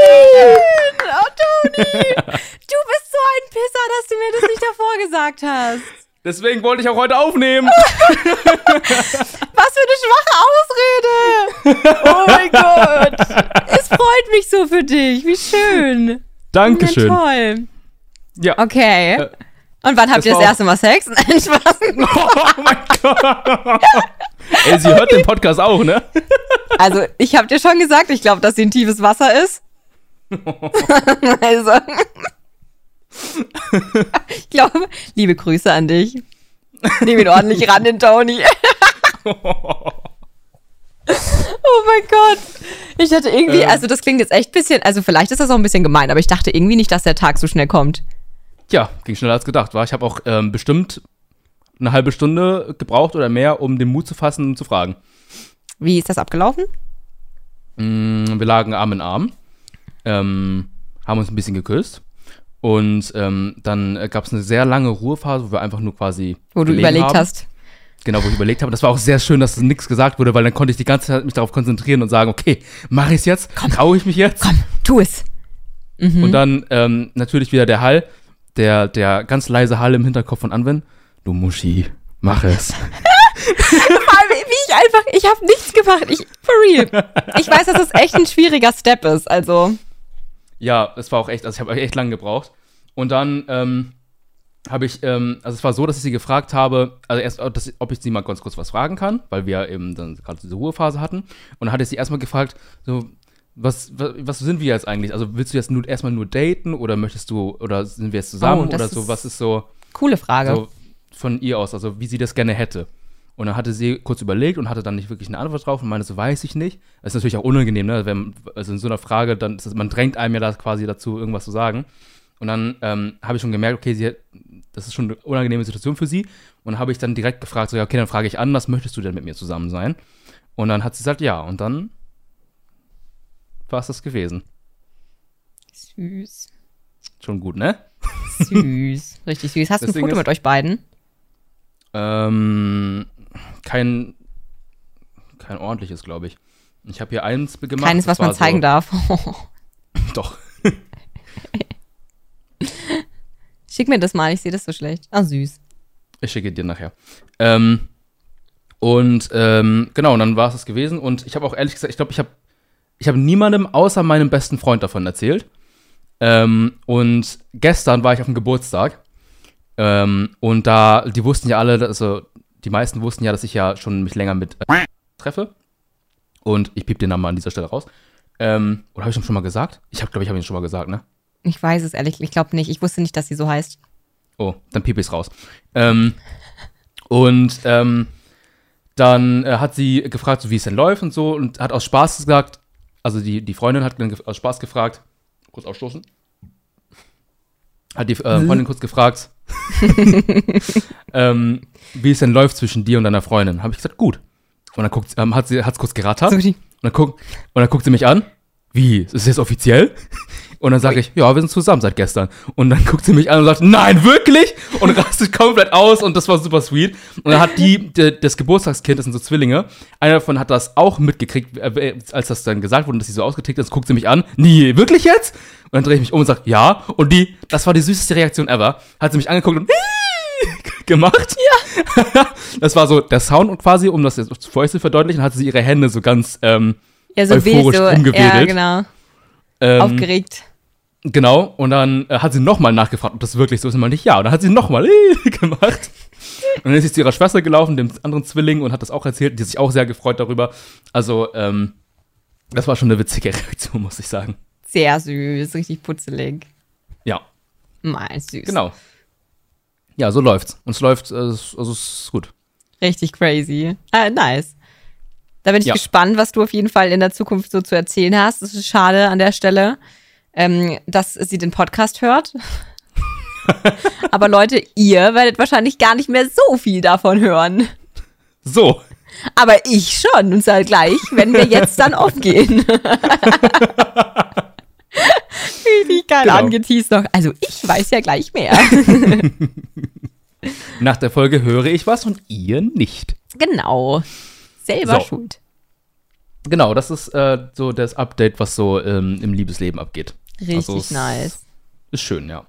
Du bist so ein Pisser, dass du mir das nicht davor gesagt hast. Deswegen wollte ich auch heute aufnehmen. Was für eine schwache Ausrede. Oh mein Gott. Es freut mich so für dich. Wie schön. Dankeschön. Ja, toll. Ja. Okay. Äh, Und wann habt ihr das erste Mal Sex? Nein, Spaß. Oh mein Gott. Ey, sie hört den Podcast auch, ne? Also, ich hab dir schon gesagt, ich glaube, dass sie ein tiefes Wasser ist. Also. Ich glaube, liebe Grüße an dich. Nehm ihn ordentlich ran, den Tony. Oh mein Gott. Ich hatte irgendwie, Ähm. also das klingt jetzt echt ein bisschen, also vielleicht ist das auch ein bisschen gemein, aber ich dachte irgendwie nicht, dass der Tag so schnell kommt. Ja, ging schneller als gedacht, war. Ich habe auch ähm, bestimmt eine halbe Stunde gebraucht oder mehr, um den Mut zu fassen und zu fragen. Wie ist das abgelaufen? Mm, wir lagen Arm in Arm, ähm, haben uns ein bisschen geküsst und ähm, dann äh, gab es eine sehr lange Ruhephase, wo wir einfach nur quasi Wo du gelegen überlegt haben. hast. Genau, wo ich überlegt habe. Das war auch sehr schön, dass nichts gesagt wurde, weil dann konnte ich die ganze Zeit mich darauf konzentrieren und sagen, okay, mache ich es jetzt? Traue ich mich jetzt? Komm, tu es. Mhm. Und dann ähm, natürlich wieder der Hall, der, der ganz leise Hall im Hinterkopf von Anwen. Du Muschi, mach es. Wie ich einfach, ich habe nichts gemacht. Ich, for real. Ich weiß, dass das echt ein schwieriger Step ist, also. Ja, es war auch echt, also ich habe echt lange gebraucht. Und dann ähm, habe ich, ähm, also es war so, dass ich sie gefragt habe, also erst, dass, ob ich sie mal ganz kurz was fragen kann, weil wir eben dann gerade diese Ruhephase hatten. Und dann hatte ich sie erstmal gefragt, so, was, was, was sind wir jetzt eigentlich? Also willst du jetzt nur erstmal nur daten oder möchtest du, oder sind wir jetzt zusammen Oh, das oder so? ist Was ist so, Coole Frage. so von ihr aus, also wie sie das gerne hätte. Und dann hatte sie kurz überlegt und hatte dann nicht wirklich eine Antwort drauf und meinte so, weiß ich nicht. Das ist natürlich auch unangenehm, ne? Wenn, also in so einer Frage, dann ist das, man drängt einem ja da quasi dazu, irgendwas zu sagen. Und dann ähm, habe ich schon gemerkt, okay, sie hat, das ist schon eine unangenehme Situation für sie. Und dann habe ich dann direkt gefragt, so, ja, okay, dann frage ich an, was möchtest du denn mit mir zusammen sein? Und dann hat sie gesagt, ja. Und dann war es das gewesen. Süß. Schon gut, ne? Süß. Richtig süß. Hast du ein Deswegen Foto ist- mit euch beiden? Ähm, kein, kein ordentliches, glaube ich. Ich habe hier eins gemacht. Keines, das was man war zeigen so, darf. Doch. Schick mir das mal, ich sehe das so schlecht. Ah, süß. Ich schicke dir nachher. Ähm, und ähm, genau, und dann war es das gewesen. Und ich habe auch ehrlich gesagt, ich glaube, ich habe ich hab niemandem außer meinem besten Freund davon erzählt. Ähm, und gestern war ich auf dem Geburtstag. Ähm, und da, die wussten ja alle, also die meisten wussten ja, dass ich ja schon mich länger mit äh, treffe. Und ich piep den Namen mal an dieser Stelle raus. Ähm, oder habe ich ihn schon mal gesagt? Ich habe, glaube ich, habe ihn schon mal gesagt, ne? Ich weiß es ehrlich, ich glaube nicht. Ich wusste nicht, dass sie so heißt. Oh, dann piep ich's raus. Ähm, und ähm, dann äh, hat sie gefragt, so wie es denn läuft und so, und hat aus Spaß gesagt, also die, die Freundin hat dann aus Spaß gefragt, kurz ausstoßen, hat die äh, Freundin kurz gefragt, ähm, wie es denn läuft zwischen dir und deiner Freundin. Habe ich gesagt, gut. Und dann guckt, ähm, hat sie hat's kurz gerattert. So die- Und dann, guck, und dann guckt sie mich an. Wie? Ist das jetzt offiziell? Und dann sage ich, ja, wir sind zusammen seit gestern. Und dann guckt sie mich an und sagt, nein, wirklich? Und rastet komplett aus und das war super sweet. Und dann hat die, die das Geburtstagskind, das sind so Zwillinge, einer davon hat das auch mitgekriegt, äh, als das dann gesagt wurde, dass sie so ausgetickt ist, guckt sie mich an, nee, wirklich jetzt? Und dann drehe ich mich um und sage, ja. Und die, das war die süßeste Reaktion ever, hat sie mich angeguckt und gemacht. Ja. Das war so der Sound quasi, um das jetzt vorher zu verdeutlichen, hatte sie ihre Hände so ganz ähm, Ja, so euphorisch wild, so. rumgewedelt. Ja, genau. ähm, Aufgeregt. Genau, und dann äh, hat sie nochmal nachgefragt, ob das wirklich so ist. Und meinte ich, ja. Und dann hat sie nochmal gemacht. Und dann ist sie zu ihrer Schwester gelaufen, dem anderen Zwilling, und hat das auch erzählt. Die hat sich auch sehr gefreut darüber. Also, ähm, das war schon eine witzige Reaktion, muss ich sagen. Sehr süß, richtig putzelig. Ja, Mal süß. genau. Ja, so läuft's. Und es läuft, äh, es- also es ist gut. Richtig crazy. Ah, nice. Da bin ich Ja. gespannt, was du auf jeden Fall in der Zukunft so zu erzählen hast. Es ist schade an der Stelle, ähm, dass sie den Podcast hört. Aber Leute, ihr werdet wahrscheinlich gar nicht mehr so viel davon hören. So. Aber ich schon. Und zwar gleich, wenn wir jetzt dann aufgehen. Richtig geil Genau. angeteased noch. Also ich weiß ja gleich mehr. Nach der Folge höre ich was und ihr nicht. Genau. Selber So. schuld. Genau, das ist äh, so das Update, was so ähm, im Liebesleben abgeht. Richtig Also es- nice. Ist schön, ja.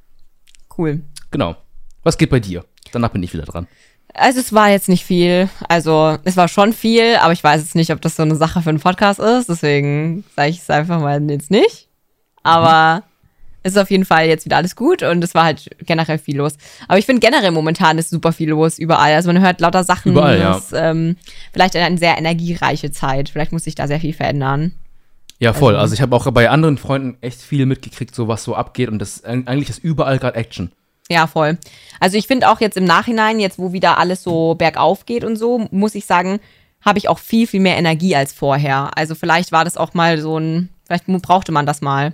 Cool. Genau. Was geht bei dir? Danach bin ich wieder dran. Also es war jetzt nicht viel. Also es war schon viel, aber ich weiß jetzt nicht, ob das so eine Sache für einen Podcast ist. Deswegen sage ich es einfach mal jetzt nicht. Aber es ist auf jeden Fall jetzt wieder alles gut und es war halt generell viel los. Aber ich finde generell momentan ist super viel los überall. Also man hört lauter Sachen. Überall, ja. Ist, ähm, vielleicht eine sehr energiereiche Zeit. Vielleicht muss sich da sehr viel verändern. Ja, voll. Also, Also ich habe auch bei anderen Freunden echt viel mitgekriegt, so was so abgeht. Und das eigentlich ist überall gerade Action. Ja, voll. Also ich finde auch jetzt im Nachhinein, jetzt wo wieder alles so bergauf geht und so, muss ich sagen, habe ich auch viel, viel mehr Energie als vorher. Also vielleicht war das auch mal so ein, vielleicht brauchte man das mal.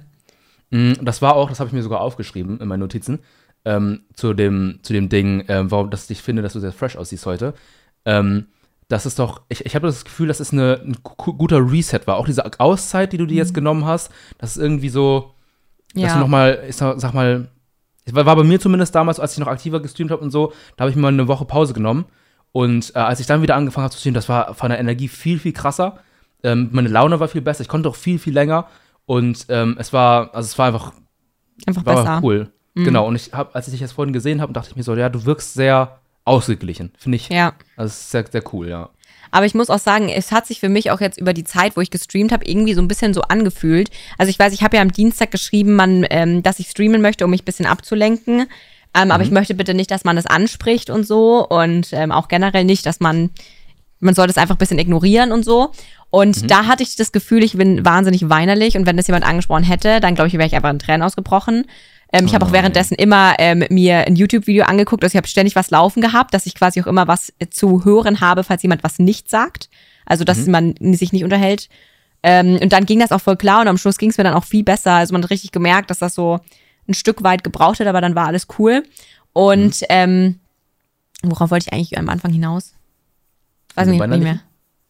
Das war auch, das habe ich mir sogar aufgeschrieben in meinen Notizen, ähm, zu dem, zu dem Ding, ähm, warum dass ich finde, dass du sehr fresh aussiehst heute. Ähm, das ist doch, ich, ich habe das Gefühl, dass es eine, ein guter Reset war. Auch diese Auszeit, die du dir jetzt genommen hast, das ist irgendwie so, dass Ja. du nochmal, ich sag, sag mal, es war, war bei mir zumindest damals, als ich noch aktiver gestreamt habe und so, da habe ich mir mal eine Woche Pause genommen. Und äh, als ich dann wieder angefangen habe zu streamen, das war von der Energie viel, viel krasser. Ähm, meine Laune war viel besser, ich konnte auch viel, viel länger. Und ähm, es war, also es war einfach, Einfach war besser. einfach cool. Mhm. Genau, und ich habe, als ich dich jetzt vorhin gesehen habe, dachte ich mir so, ja, du wirkst sehr ausgeglichen. Finde ich, Ja. also es ist sehr, sehr cool, ja. Aber ich muss auch sagen, es hat sich für mich auch jetzt über die Zeit, wo ich gestreamt habe, irgendwie so ein bisschen so angefühlt. Also ich weiß, ich habe ja am Dienstag geschrieben, man, ähm, dass ich streamen möchte, um mich ein bisschen abzulenken. Ähm, mhm. Aber ich möchte bitte nicht, dass man das anspricht und so. Und ähm, auch generell nicht, dass man, man soll das einfach ein bisschen ignorieren und so. Und mhm. da hatte ich das Gefühl, ich bin wahnsinnig weinerlich. Und wenn das jemand angesprochen hätte, dann glaube ich, wäre ich einfach in Tränen ausgebrochen. Ähm, ich habe auch währenddessen immer ähm, mir ein YouTube-Video angeguckt, also ich habe ständig was laufen gehabt, dass ich quasi auch immer was zu hören habe, falls jemand was nicht sagt. Also, dass mhm. man sich nicht unterhält. Ähm, und dann ging das auch voll klar und am Schluss ging es mir dann auch viel besser. Also man hat richtig gemerkt, dass das so ein Stück weit gebraucht hat, aber dann war alles cool. Und mhm. ähm, worauf wollte ich eigentlich am Anfang hinaus? Weiß nicht, nicht mehr.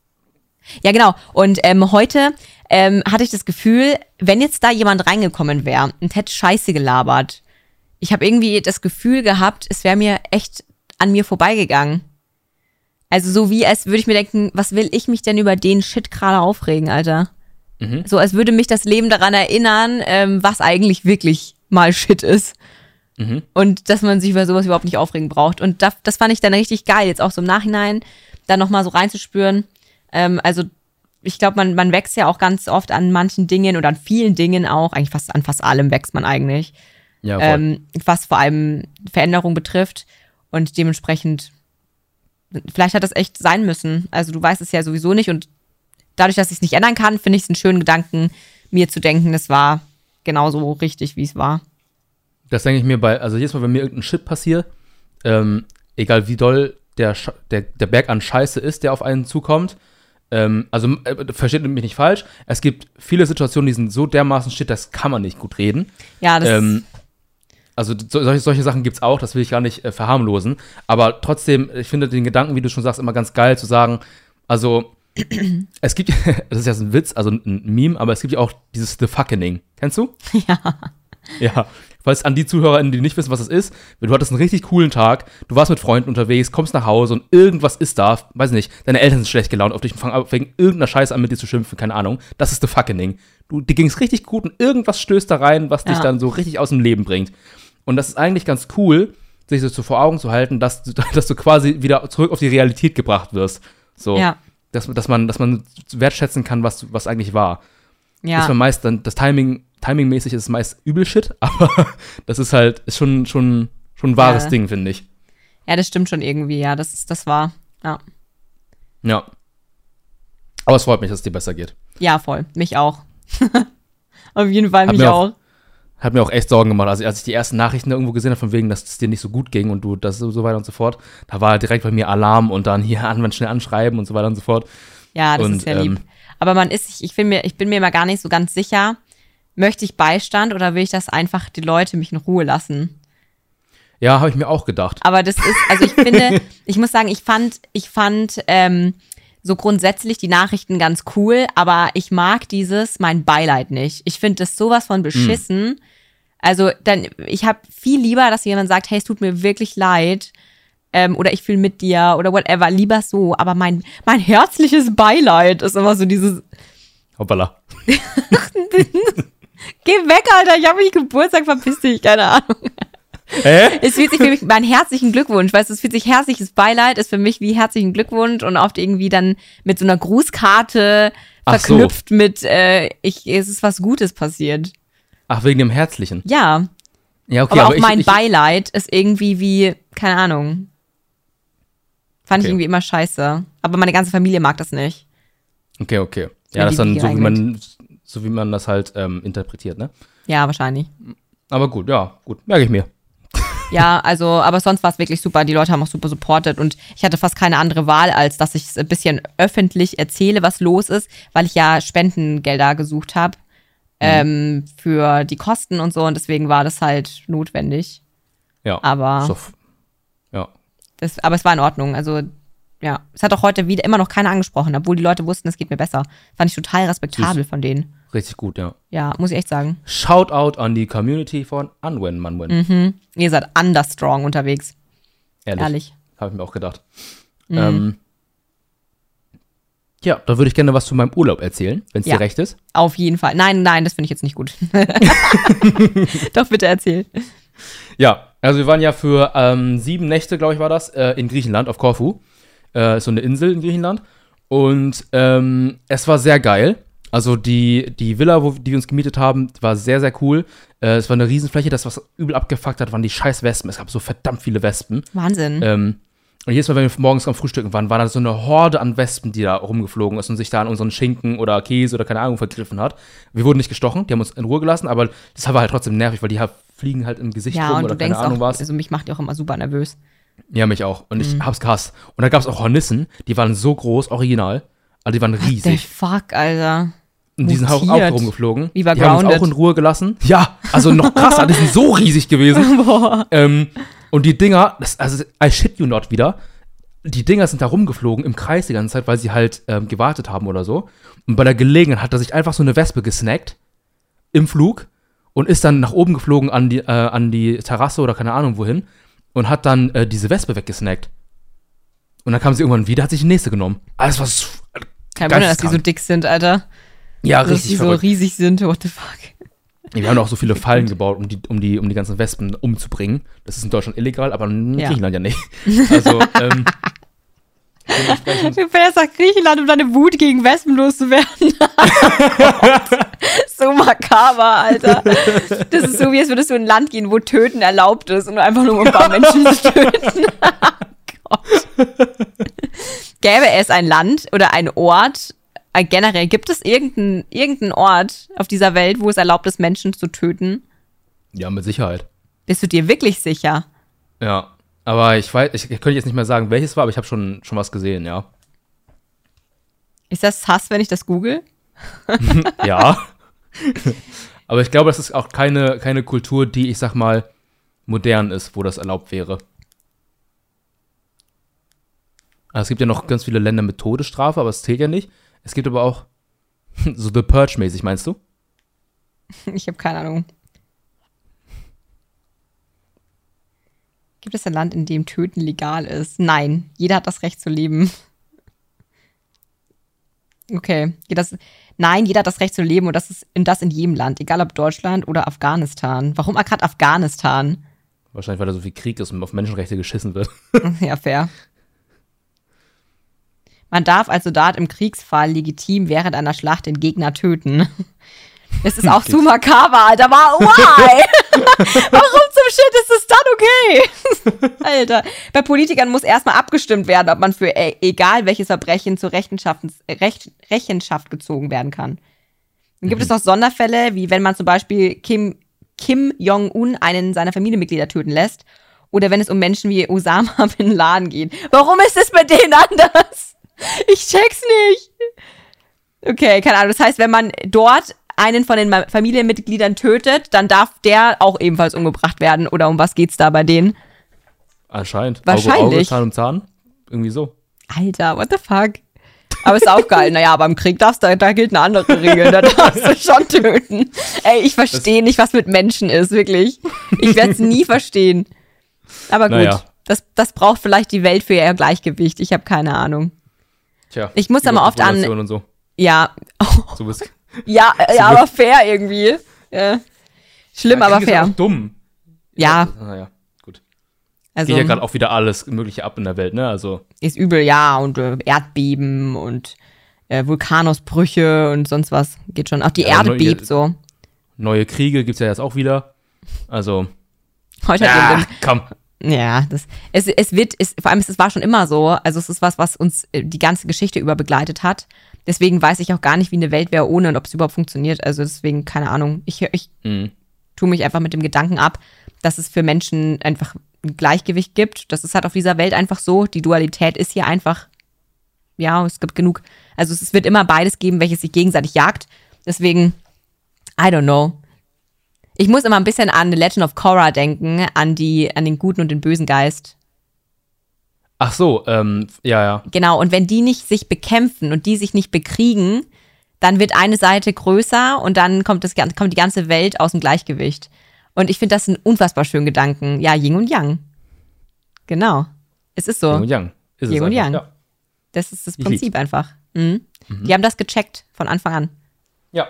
Ja, genau. Und ähm, heute ähm, hatte ich das Gefühl, wenn jetzt da jemand reingekommen wäre und hätte Scheiße gelabert, ich habe irgendwie das Gefühl gehabt, es wäre mir echt an mir vorbeigegangen. Also so wie, als würde ich mir denken, was will ich mich denn über den Shit gerade aufregen, Alter? Mhm. So als würde mich das Leben daran erinnern, ähm, was eigentlich wirklich mal Shit ist. Mhm. Und dass man sich über sowas überhaupt nicht aufregen braucht. Und das, das fand ich dann richtig geil, jetzt auch so im Nachhinein, da nochmal so reinzuspüren. Ähm, also ich glaube, man, man wächst ja auch ganz oft an manchen Dingen oder an vielen Dingen auch, eigentlich fast an fast allem wächst man eigentlich, ja, ähm, was vor allem Veränderung betrifft und dementsprechend, vielleicht hat das echt sein müssen, also du weißt es ja sowieso nicht und dadurch, dass ich es nicht ändern kann, finde ich es einen schönen Gedanken, mir zu denken, es war genauso richtig, wie es war. Das denke ich mir bei, also jedes Mal, wenn mir irgendein Shit passiert, ähm, egal wie doll der, der, der Berg an Scheiße ist, der auf einen zukommt, Ähm, also, äh, versteht mich nicht falsch, es gibt viele Situationen, die sind so dermaßen shit, das kann man nicht gut reden. Ja, das ähm, Also so, solche, solche Sachen gibt's auch, das will ich gar nicht äh, verharmlosen, aber trotzdem, ich finde den Gedanken, wie du schon sagst, immer ganz geil zu sagen, also es gibt, das ist ja so ein Witz, also ein Meme, aber es gibt ja auch dieses The Fuckening. Kennst du? Ja. Ja, falls an die ZuhörerInnen, die nicht wissen, was es ist, du hattest einen richtig coolen Tag, du warst mit Freunden unterwegs, kommst nach Hause und irgendwas ist da, weiß nicht, deine Eltern sind schlecht gelaunt auf dich und fangen ab, wegen irgendeiner Scheiße an mit dir zu schimpfen, keine Ahnung. Das ist The Fuckening. Du, dir ging's richtig gut und irgendwas stößt da rein, was dich ja. dann so richtig aus dem Leben bringt. Und das ist eigentlich ganz cool, sich so vor Augen zu halten, dass, dass du quasi wieder zurück auf die Realität gebracht wirst. So, ja. dass, dass, man, dass man wertschätzen kann, was, was eigentlich war. Ja. Ist man meist dann, das Timing, timingmäßig ist es meist Übelshit, aber das ist halt, ist schon, schon, schon ein wahres ja. Ding, finde ich. Ja, das stimmt schon irgendwie, ja, das ist, das war, ja. Ja. Aber es freut mich, dass es dir besser geht. Ja, voll, mich auch. Auf jeden Fall, hat mich auch. auch. Hat mir auch echt Sorgen gemacht. Also als ich die ersten Nachrichten irgendwo gesehen habe, von wegen, dass es dir nicht so gut ging und du das so, so weiter und so fort, da war direkt bei mir Alarm und dann hier an, schnell anschreiben und so weiter und so fort. Ja, das und, ist ja lieb. Ähm, Aber man ist, ich, ich, bin mir, ich bin mir immer gar nicht so ganz sicher, möchte ich Beistand oder will ich das einfach die Leute mich in Ruhe lassen? Ja, habe ich mir auch gedacht. Aber das ist, also ich finde, ich muss sagen, ich fand, ich fand ähm, so grundsätzlich die Nachrichten ganz cool, aber ich mag dieses, mein Beileid nicht. Ich finde das sowas von beschissen. Mm. Also dann, ich habe viel lieber, dass jemand sagt, hey, es tut mir wirklich leid, ähm, oder ich fühle mit dir oder whatever, lieber so. Aber mein, mein herzliches Beileid ist immer so dieses Hoppala. Geh weg, Alter, ich habe nicht Geburtstag, verpiss dich, keine Ahnung. Hä? Es fühlt sich für mich, mein herzlichen Glückwunsch, weißt du, es fühlt sich herzliches Beileid, ist für mich wie herzlichen Glückwunsch und oft irgendwie dann mit so einer Grußkarte Ach so. verknüpft mit, äh, ich, es ist was Gutes passiert. Ach, wegen dem Herzlichen. Ja, Ja, okay, aber, aber, auch ich, mein ich, Beileid ist irgendwie wie, keine Ahnung, fand ich Okay. irgendwie immer scheiße. Aber meine ganze Familie mag das nicht. Okay, okay. Wenn Ja, das die ist dann Wiege so, wie man, so wie man das halt ähm, interpretiert, ne? Ja, wahrscheinlich. Aber gut, ja, gut, merke ich mir. Ja, also, aber sonst war es wirklich super. Die Leute haben auch super supportet und ich hatte fast keine andere Wahl, als dass ich es ein bisschen öffentlich erzähle, was los ist, weil ich ja Spendengelder gesucht habe ähm, für die Kosten und so und deswegen war das halt notwendig. Ja. Aber, So, f- ja. das, aber es war in Ordnung. Also, ja, es hat auch heute wieder immer noch keiner angesprochen, obwohl die Leute wussten, es geht mir besser. Fand ich total respektabel Süß. von denen. Richtig gut, ja. Ja, muss ich echt sagen. Shoutout an die Community von Unwin Manwin. Mhm. Ihr seid understrong unterwegs. Ehrlich. Ehrlich. Habe ich mir auch gedacht. Mhm. Ähm, ja, da würde ich gerne was zu meinem Urlaub erzählen, wenn es Ja. dir recht ist. Auf jeden Fall. Nein, nein, das finde ich jetzt nicht gut. Doch, bitte erzähl. Ja, also wir waren ja für ähm, sieben Nächte, glaube ich, war das, äh, in Griechenland, auf Korfu. Äh, so eine Insel in Griechenland. Und ähm, es war sehr geil. Also die, die Villa, wo, die wir uns gemietet haben, war sehr, sehr cool. Äh, es war eine Riesenfläche. Das, was übel abgefuckt hat, waren die scheiß Wespen. Es gab so verdammt viele Wespen. Wahnsinn. Ähm, und jedes Mal, wenn wir morgens am Frühstücken waren, war da so eine Horde an Wespen, die da rumgeflogen ist und sich da an unseren Schinken oder Käse oder keine Ahnung vergriffen hat. Wir wurden nicht gestochen, die haben uns in Ruhe gelassen, aber das war halt trotzdem nervig, weil die halt fliegen halt im Gesicht Ja, rum und oder du keine denkst Ahnung auch, was. also mich macht die auch immer super nervös. Ja, mich auch. Und Mhm. ich hab's gehasst. Und da gab's auch Hornissen, die waren so groß, original. Also die waren The riesig. fuck, Alter. Und die sind auch, auch mutiert. rumgeflogen. Wie bei die haben uns Grounded. auch in Ruhe gelassen. Ja, also noch krasser, die sind so riesig gewesen. Boah. ähm, und die Dinger, das, also I shit you not wieder, die Dinger sind da rumgeflogen im Kreis die ganze Zeit, weil sie halt ähm, gewartet haben oder so. Und bei der Gelegenheit hat er sich einfach so eine Wespe gesnackt im Flug und ist dann nach oben geflogen an die, äh, an die Terrasse oder keine Ahnung wohin und hat dann äh, diese Wespe weggesnackt. Und dann kam sie irgendwann wieder, hat sich die nächste genommen. Alles was. Kein Wunder, dass die so dick sind, Alter. Ja, Dass richtig die so verrückt. riesig sind. What the fuck. Wir haben auch so viele Fallen gebaut, um die, um, die, um die ganzen Wespen umzubringen. Das ist in Deutschland illegal, aber in Ja. Griechenland ja nicht. Also, ähm, dementsprechend- Du fährst nach Griechenland, um deine Wut gegen Wespen loszuwerden. So makaber, Alter. Das ist so, wie als würdest du in ein Land gehen, wo Töten erlaubt ist und einfach nur um ein paar Menschen zu töten. Gott. Gäbe es ein Land oder ein Ort, äh, generell, gibt es irgendeinen irgendeinen Ort auf dieser Welt, wo es erlaubt ist, Menschen zu töten? ja, mit Sicherheit. Bist du dir wirklich sicher? Ja, aber ich weiß, ich, ich könnte jetzt nicht mehr sagen, welches war, aber ich habe schon, schon was gesehen, ja. Ist das Hass, wenn ich das google? Ja. Aber ich glaube, das ist auch keine, keine Kultur, die, ich sag mal, modern ist, wo das erlaubt wäre. Also es gibt ja noch ganz viele Länder mit Todesstrafe, aber es zählt ja nicht. Es gibt aber auch so The Purge-mäßig, meinst du? Ich habe keine Ahnung. Gibt es ein Land, in dem Töten legal ist? Nein, jeder hat das Recht zu leben. Okay, geht das, nein, jeder hat das Recht zu leben und das ist und das in jedem Land, egal ob Deutschland oder Afghanistan. Warum gerade Afghanistan? Wahrscheinlich, weil da so viel Krieg ist und auf Menschenrechte geschissen wird. Ja, fair. Man darf als Soldat im Kriegsfall legitim während einer Schlacht den Gegner töten. Es ist auch so makaber, Alter. Aber why? Warum zum Shit ist es dann okay? Alter. Bei Politikern muss erstmal abgestimmt werden, ob man für e- egal welches Verbrechen zur Rechenschaft, Recht, Rechenschaft gezogen werden kann. Dann gibt Mhm. es noch Sonderfälle, wie wenn man zum Beispiel Kim, Kim Jong-un einen seiner Familienmitglieder töten lässt. Oder wenn es um Menschen wie Osama Bin Laden geht. Warum ist es bei denen anders? Ich check's nicht. Okay, keine Ahnung. Das heißt, wenn man dort einen von den Ma- Familienmitgliedern tötet, dann darf der auch ebenfalls umgebracht werden. Oder um was geht's da bei denen? Anscheinend. Wahrscheinlich. Auge, Auge, Zahn um Zahn. Irgendwie so. Alter, what the fuck? Aber ist auch geil. Naja, aber im Krieg darfst du, da gilt eine andere Regel. Da darfst du schon töten. Ey, ich verstehe nicht, was mit Menschen ist, wirklich. Ich werde es nie verstehen. Aber gut, Naja. das, das braucht vielleicht die Welt für ihr Gleichgewicht. Ich habe keine Ahnung. Tja. Ich muss aber oft an- Überpopulation und so. Ja, So bist ja, ja, aber fair irgendwie. Äh, schlimm, Ja, aber Krieg ist fair. auch dumm. Ja. Naja, gut. Also Geht ja gerade auch wieder alles Mögliche ab in der Welt, ne? Also, ist übel, ja. Und äh, Erdbeben und äh, Vulkanausbrüche und sonst was. Geht schon. Auch die Ja, Erde neue- bebt so. neue Kriege gibt's ja jetzt auch wieder. Also, Heute hat ah, jemand- komm. Ja, das, es, es wird, es, vor allem, es war schon immer so, also es ist was, was uns äh, die ganze Geschichte über begleitet hat. Deswegen weiß ich auch gar nicht, wie eine Welt wäre ohne und ob es überhaupt funktioniert. Also deswegen, keine Ahnung. Ich, ich Mhm. tue mich einfach mit dem Gedanken ab, dass es für Menschen einfach ein Gleichgewicht gibt. Das ist halt auf dieser Welt einfach so. Die Dualität ist hier einfach, ja, es gibt genug. Also es wird immer beides geben, welches sich gegenseitig jagt. Deswegen, I don't know. Ich muss immer ein bisschen an The Legend of Korra denken, an die, an den guten und den bösen Geist. Ach so, ähm, ja, ja. Genau, und wenn die nicht sich bekämpfen und die sich nicht bekriegen, dann wird eine Seite größer und dann kommt, das, kommt die ganze Welt aus dem Gleichgewicht. Und ich finde das einen unfassbar schönen Gedanken. Ja, Yin und Yang. Genau. Es ist so. Yin und Yang. Ist Yin es und einfach, Yang. Ja. Das ist das Ich Prinzip lieb's. einfach. Mhm. Die haben das gecheckt von Anfang an. Ja.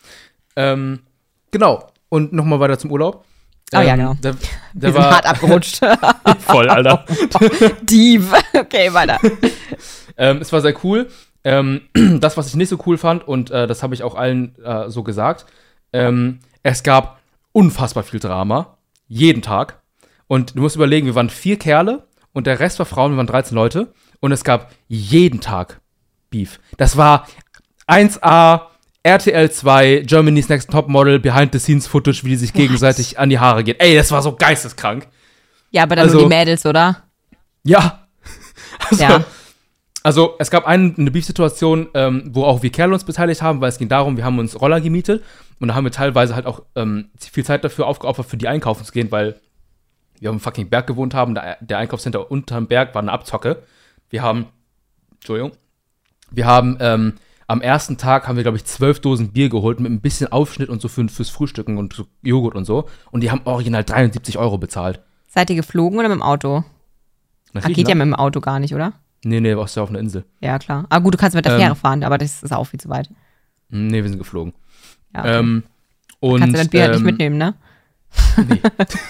Ähm, genau. Und nochmal weiter zum Urlaub. Oh ja, Ähm, genau. Der, Wir der sind war hart abgerutscht. voll, Alter. Deep. Okay, weiter. ähm, es war sehr cool. Ähm, das, was ich nicht so cool fand, und äh, das habe ich auch allen äh, so gesagt, ähm, es gab unfassbar viel Drama. Jeden Tag. Und du musst überlegen, wir waren vier Kerle und der Rest war Frauen, wir waren dreizehn Leute. Und es gab jeden Tag Beef. Das war eins A, R T L zwei, Germany's Next Topmodel, Behind-the-Scenes-Footage, wie die sich gegenseitig an die Haare gehen. Ey, das war so geisteskrank. Ja, aber dann Also- nur die Mädels, oder? Ja. Also, Ja. also es gab einen, eine Beef-Situation, ähm, wo auch wir Kerle uns beteiligt haben, weil es ging darum, wir haben uns Roller gemietet und da haben wir teilweise halt auch ähm, viel Zeit dafür aufgeopfert, für die einkaufen zu gehen, weil wir auf einem fucking Berg gewohnt haben. Der, der Einkaufscenter unterm Berg war eine Abzocke. Wir haben, Entschuldigung, wir haben ähm, am ersten Tag haben wir, glaube ich, zwölf Dosen Bier geholt mit ein bisschen Aufschnitt und so für, fürs Frühstücken und so Joghurt und so. Und die haben original dreiundsiebzig Euro bezahlt. Seid ihr geflogen oder mit dem Auto? Na, Ach, geht ja mit dem Auto gar nicht, oder? Nee, nee, warst du ja auf einer Insel. Ja, klar. Aber gut, du kannst mit der Ähm, Fähre fahren, aber das ist auch viel zu weit. Nee, wir sind geflogen. Ja, okay. Ähm, und, kannst du das Bier halt nicht ähm, mitnehmen, ne? Nee.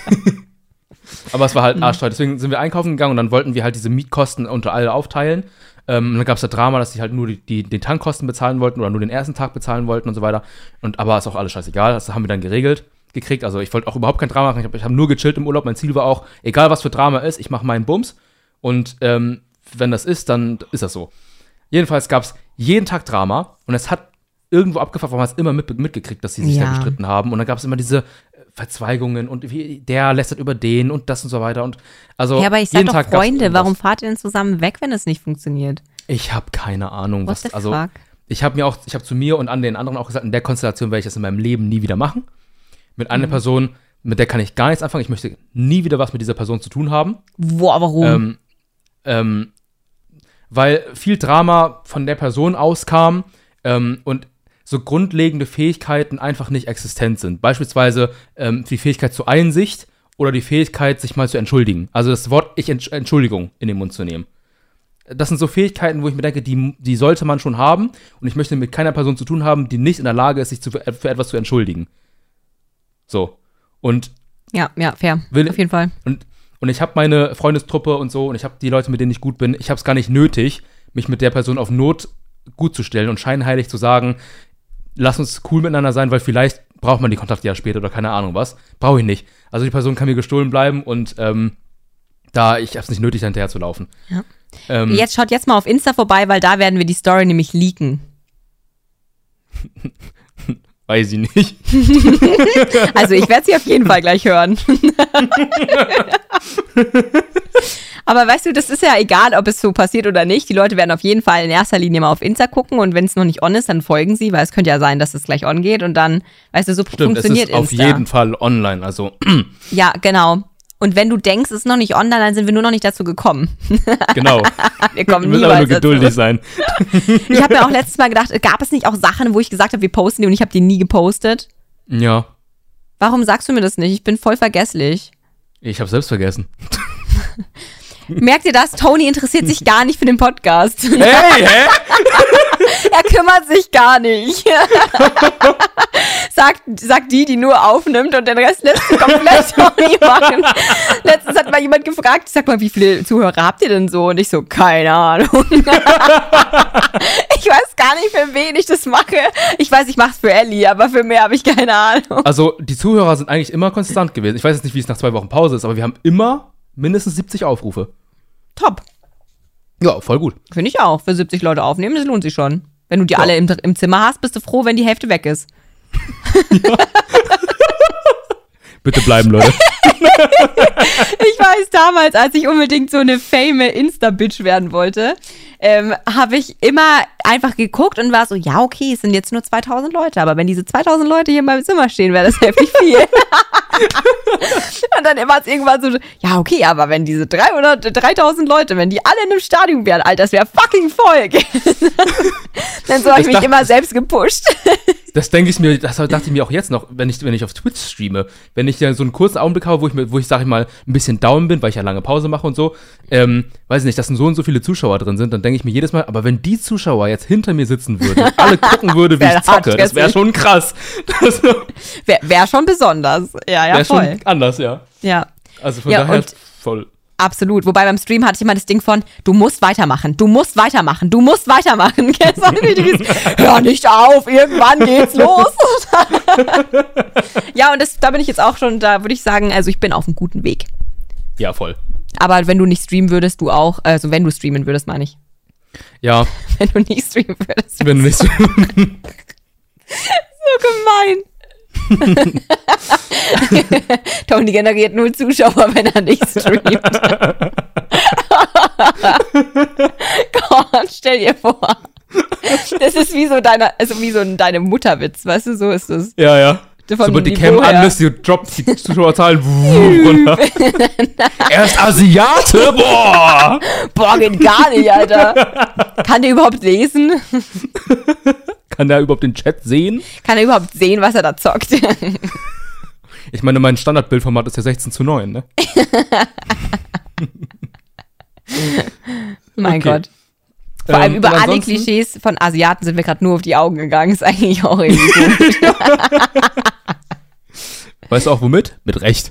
Aber es war halt arschteuer. Deswegen sind wir einkaufen gegangen und dann wollten wir halt diese Mietkosten unter alle aufteilen. Ähm, und dann gab es da Drama, dass sie halt nur die, die, den Tankkosten bezahlen wollten oder nur den ersten Tag bezahlen wollten und so weiter. Und, aber ist auch alles scheißegal. Das haben wir dann geregelt, gekriegt. Also ich wollte auch überhaupt kein Drama machen. Ich habe hab nur gechillt im Urlaub. Mein Ziel war auch, egal was für Drama ist, ich mache meinen Bums. Und ähm, wenn das ist, dann ist das so. Jedenfalls gab es jeden Tag Drama und es hat irgendwo abgefuckt, weil man es immer mit, mitgekriegt, dass sie sich Ja. da gestritten haben. Und dann gab es immer diese äh, Verzweigungen und wie, der lästert über den und das und so weiter. Und also Ja, aber ich sag jeden doch, Tag gab's Freunde, irgendwas. warum fahrt ihr denn zusammen weg, wenn es nicht funktioniert? Ich habe keine Ahnung, What was. the Also fuck? ich habe mir auch, ich habe zu mir und an den anderen auch gesagt, in der Konstellation werde ich das in meinem Leben nie wieder machen. Mit Mhm. einer Person, mit der kann ich gar nichts anfangen. Ich möchte nie wieder was mit dieser Person zu tun haben. Boah, warum? Ähm, ähm, weil viel Drama von der Person auskam ähm, und so grundlegende Fähigkeiten einfach nicht existent sind. Beispielsweise ähm, die Fähigkeit zur Einsicht oder die Fähigkeit, sich mal zu entschuldigen. Also das Wort ich Entsch- Entschuldigung in den Mund zu nehmen. Das sind so Fähigkeiten, wo ich mir denke, die, die sollte man schon haben und ich möchte mit keiner Person zu tun haben, die nicht in der Lage ist, sich zu, für etwas zu entschuldigen. So. Und ja, ja, fair. will- Auf jeden Fall. und, und ich habe meine Freundestruppe und so und ich habe die Leute, mit denen ich gut bin, ich habe es gar nicht nötig, mich mit der Person auf Not gut zu stellen und scheinheilig zu sagen, lass uns cool miteinander sein, weil vielleicht braucht man die Kontakte ja später oder keine Ahnung was. Brauche ich nicht. Also die Person kann mir gestohlen bleiben und ähm, da, ich habe es nicht nötig, hinterher zu laufen. Ja. Ähm, Jetzt schaut jetzt mal auf Insta vorbei, weil da werden wir die Story nämlich leaken. Weiß ich nicht. Also ich werde sie auf jeden Fall gleich hören. Aber weißt du, das ist ja egal, ob es so passiert oder nicht. Die Leute werden auf jeden Fall in erster Linie mal auf Insta gucken und wenn es noch nicht on ist, dann folgen sie, weil es könnte ja sein, dass es gleich on geht und dann, weißt du, so Stimmt, es funktioniert ist auf Insta. jeden Fall online. Also Ja, genau. Und wenn du denkst, es ist noch nicht online, dann sind wir nur noch nicht dazu gekommen. genau. Wir kommen Wir müssen aber nur niemals dazu. geduldig sein. Ich habe mir auch letztes Mal gedacht, gab es nicht auch Sachen, wo ich gesagt habe, wir posten die und ich habe die nie gepostet? Ja, Warum sagst du mir das nicht? Ich bin voll vergesslich. ich habe selbst vergessen. Merkt ihr das? Tony interessiert sich gar nicht für den Podcast. Hey, hä? Er kümmert sich gar nicht. sagt, sagt die, die nur aufnimmt und den Rest lässt sie komplett Tommy machen. Letztens hat mal jemand gefragt, sag mal, wie viele Zuhörer habt ihr denn so? Und ich so, keine Ahnung. Ich weiß gar nicht, für wen ich das mache. Ich weiß, ich mach's für Ellie, aber für mehr habe ich keine Ahnung. Also die Zuhörer sind eigentlich immer konstant gewesen. Ich weiß jetzt nicht, wie es nach zwei Wochen Pause ist, aber wir haben immer mindestens siebzig Aufrufe. Top. Ja, voll gut. Finde ich auch. Für siebzig Leute aufnehmen, das lohnt sich schon. Wenn du die Ja. alle im, im Zimmer hast, bist du froh, wenn die Hälfte weg ist. Bitte bleiben, Leute. Ich weiß damals, als ich unbedingt so eine fame Insta-Bitch werden wollte, ähm, habe ich immer einfach geguckt und war so, ja okay, es sind jetzt nur zweitausend Leute, aber wenn diese zweitausend Leute hier in meinem Zimmer stehen, wäre das heftig viel. Und dann war es irgendwann so, ja okay, aber wenn diese dreihundert, dreitausend Leute, wenn die alle in einem Stadion wären, Alter, das wäre fucking voll. Dann so habe ich mich dachte- immer selbst gepusht. Das denke ich mir, das dachte ich mir auch jetzt noch, wenn ich, wenn ich auf Twitch streame, wenn ich ja so einen kurzen Augenblick habe, wo ich, mir- wo ich sag ich mal, ein bisschen down bin, weil ich ja lange Pause mache und so, ähm, weiß ich nicht, dass so und so viele Zuschauer drin sind, dann denke ich mir jedes Mal, aber wenn die Zuschauer jetzt hinter mir sitzen würden und alle gucken würde, wie Wär ich zocke, hart das wäre schon krass. Das Wäre wär schon besonders. Ja, ja, wäre voll. schon anders, ja. Ja. Also von Ja, daher und- voll. Absolut. Wobei beim Stream hatte ich immer das Ding von, du musst weitermachen, du musst weitermachen, du musst weitermachen. Kennst du auch nicht dieses, hör nicht auf, irgendwann geht's los. Ja, und das, da bin ich jetzt auch schon, da würde ich sagen, also ich bin auf einem guten Weg. Ja, voll. Aber wenn du nicht streamen würdest, du auch, also wenn du streamen würdest, meine ich. Ja, Wenn du nicht streamen würdest. wenn du nicht so. So gemein. Tony generiert null Zuschauer, wenn er nicht streamt. Gott, stell dir vor. Das ist wie so deine, also wie so ein deine Mutterwitz, weißt du, so ist es. Ja, ja. Vom Sobald die Niveau Cam an her. ist, die droppt die Zuschauerzahlen runter. Er ist Asiate, boah! Boah, geht gar nicht, Alter. Kann der überhaupt lesen? Kann der überhaupt den Chat sehen? Kann er überhaupt sehen, was er da zockt? Ich meine, mein Standardbildformat ist ja sechzehn zu neun, ne? Mein Okay. Gott. Vor allem Ähm, über und alle ansonsten- Klischees von Asiaten sind wir gerade nur auf die Augen gegangen. Ist eigentlich auch irgendwie gut. Weißt du auch womit? Mit Recht.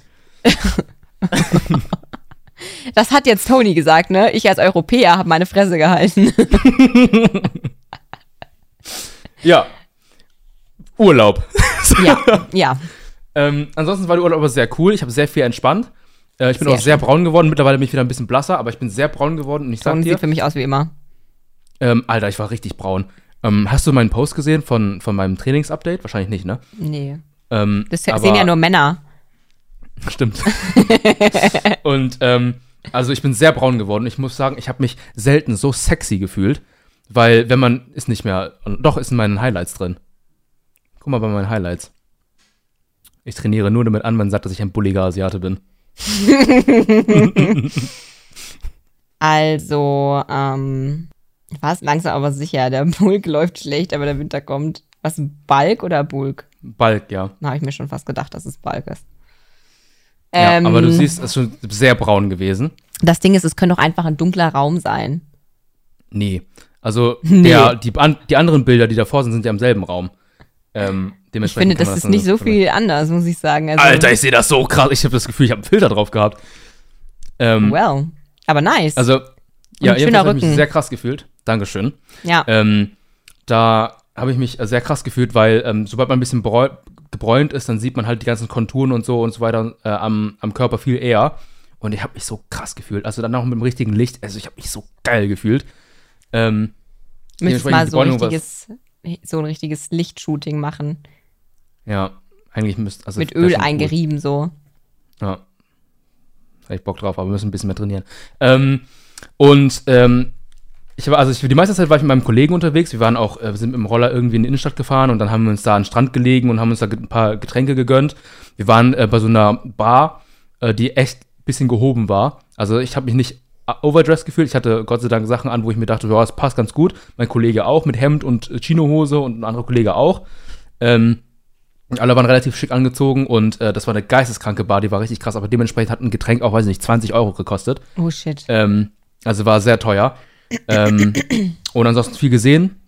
Das hat jetzt Tony gesagt, ne? Ich als Europäer habe meine Fresse gehalten. Ja. Urlaub. Ja, ja. ähm, ansonsten war der Urlaub aber sehr cool. Ich habe sehr viel entspannt. Äh, ich bin Sehr auch sehr braun geworden. Mittlerweile bin ich wieder ein bisschen blasser, aber ich bin sehr braun geworden. Und ich sag Tony dir, sieht für mich aus wie immer. ähm, Alter, ich war richtig braun. Ähm, hast du meinen Post gesehen von, von meinem Trainingsupdate? Wahrscheinlich nicht, ne? Nee. Ähm, Das aber- sehen ja nur Männer. Stimmt. Und ähm, also ich bin sehr braun geworden. Ich muss sagen, ich habe mich selten so sexy gefühlt, weil wenn man ist nicht mehr, doch ist in meinen Highlights drin. Guck mal bei meinen Highlights. Ich trainiere nur damit an, man sagt, dass ich ein bulliger Asiate bin. Also, ähm, was langsam aber sicher. Der Bulk läuft schlecht, aber der Winter kommt. Was, Balk oder Bulk? Balk, ja. Da habe ich mir schon fast gedacht, dass es Balk ist. ja. Ähm, Aber du siehst, es ist schon sehr braun gewesen. Das Ding ist, es könnte auch einfach ein dunkler Raum sein. Nee. Also Nee. Der, die, an, die anderen Bilder, die davor sind, sind ja im selben Raum. Ähm, Ich dementsprechend finde, kann das man ist nicht so dann- viel anders, muss ich sagen. Also, Alter, ich sehe das so krass. Ich habe das Gefühl, ich habe einen Filter drauf gehabt. Ähm, well. Aber nice. Also, ja, ein schöner jedenfalls habe ich Rücken. mich sehr krass gefühlt. Dankeschön. ja. Ähm, da habe ich mich äh, sehr krass gefühlt, weil ähm, sobald man ein bisschen bräu gebräunt ist, dann sieht man halt die ganzen Konturen und so und so weiter äh, am, am Körper viel eher. Und ich habe mich so krass gefühlt. Also dann auch mit dem richtigen Licht. Also ich habe mich so geil gefühlt. Ähm, Müsstest dementsprechend mal die so ein Bräunung war- richtiges, so ein richtiges Lichtshooting machen. Ja, eigentlich müsste. Also Mit wär Öl schon cool. eingerieben, so. Ja. Habe ich Bock drauf, aber wir müssen ein bisschen mehr trainieren. Ähm, und ähm, ich war, also ich, die meiste Zeit war ich mit meinem Kollegen unterwegs. Wir waren auch, äh, wir sind mit dem Roller irgendwie in die Innenstadt gefahren und dann haben wir uns da an den Strand gelegen und haben uns da ge- ein paar Getränke gegönnt. Wir waren äh, bei so einer Bar, äh, die echt ein bisschen gehoben war. Also ich habe mich nicht äh, overdressed gefühlt. Ich hatte Gott sei Dank Sachen an, wo ich mir dachte, ja, es passt ganz gut. Mein Kollege auch mit Hemd und äh, Chinohose und ein anderer Kollege auch. Ähm, alle waren relativ schick angezogen und äh, das war eine geisteskranke Bar, die war richtig krass, aber dementsprechend hat ein Getränk auch, weiß ich nicht, zwanzig Euro gekostet. Oh shit. Ähm, also war sehr teuer. ähm, und ansonsten viel gesehen,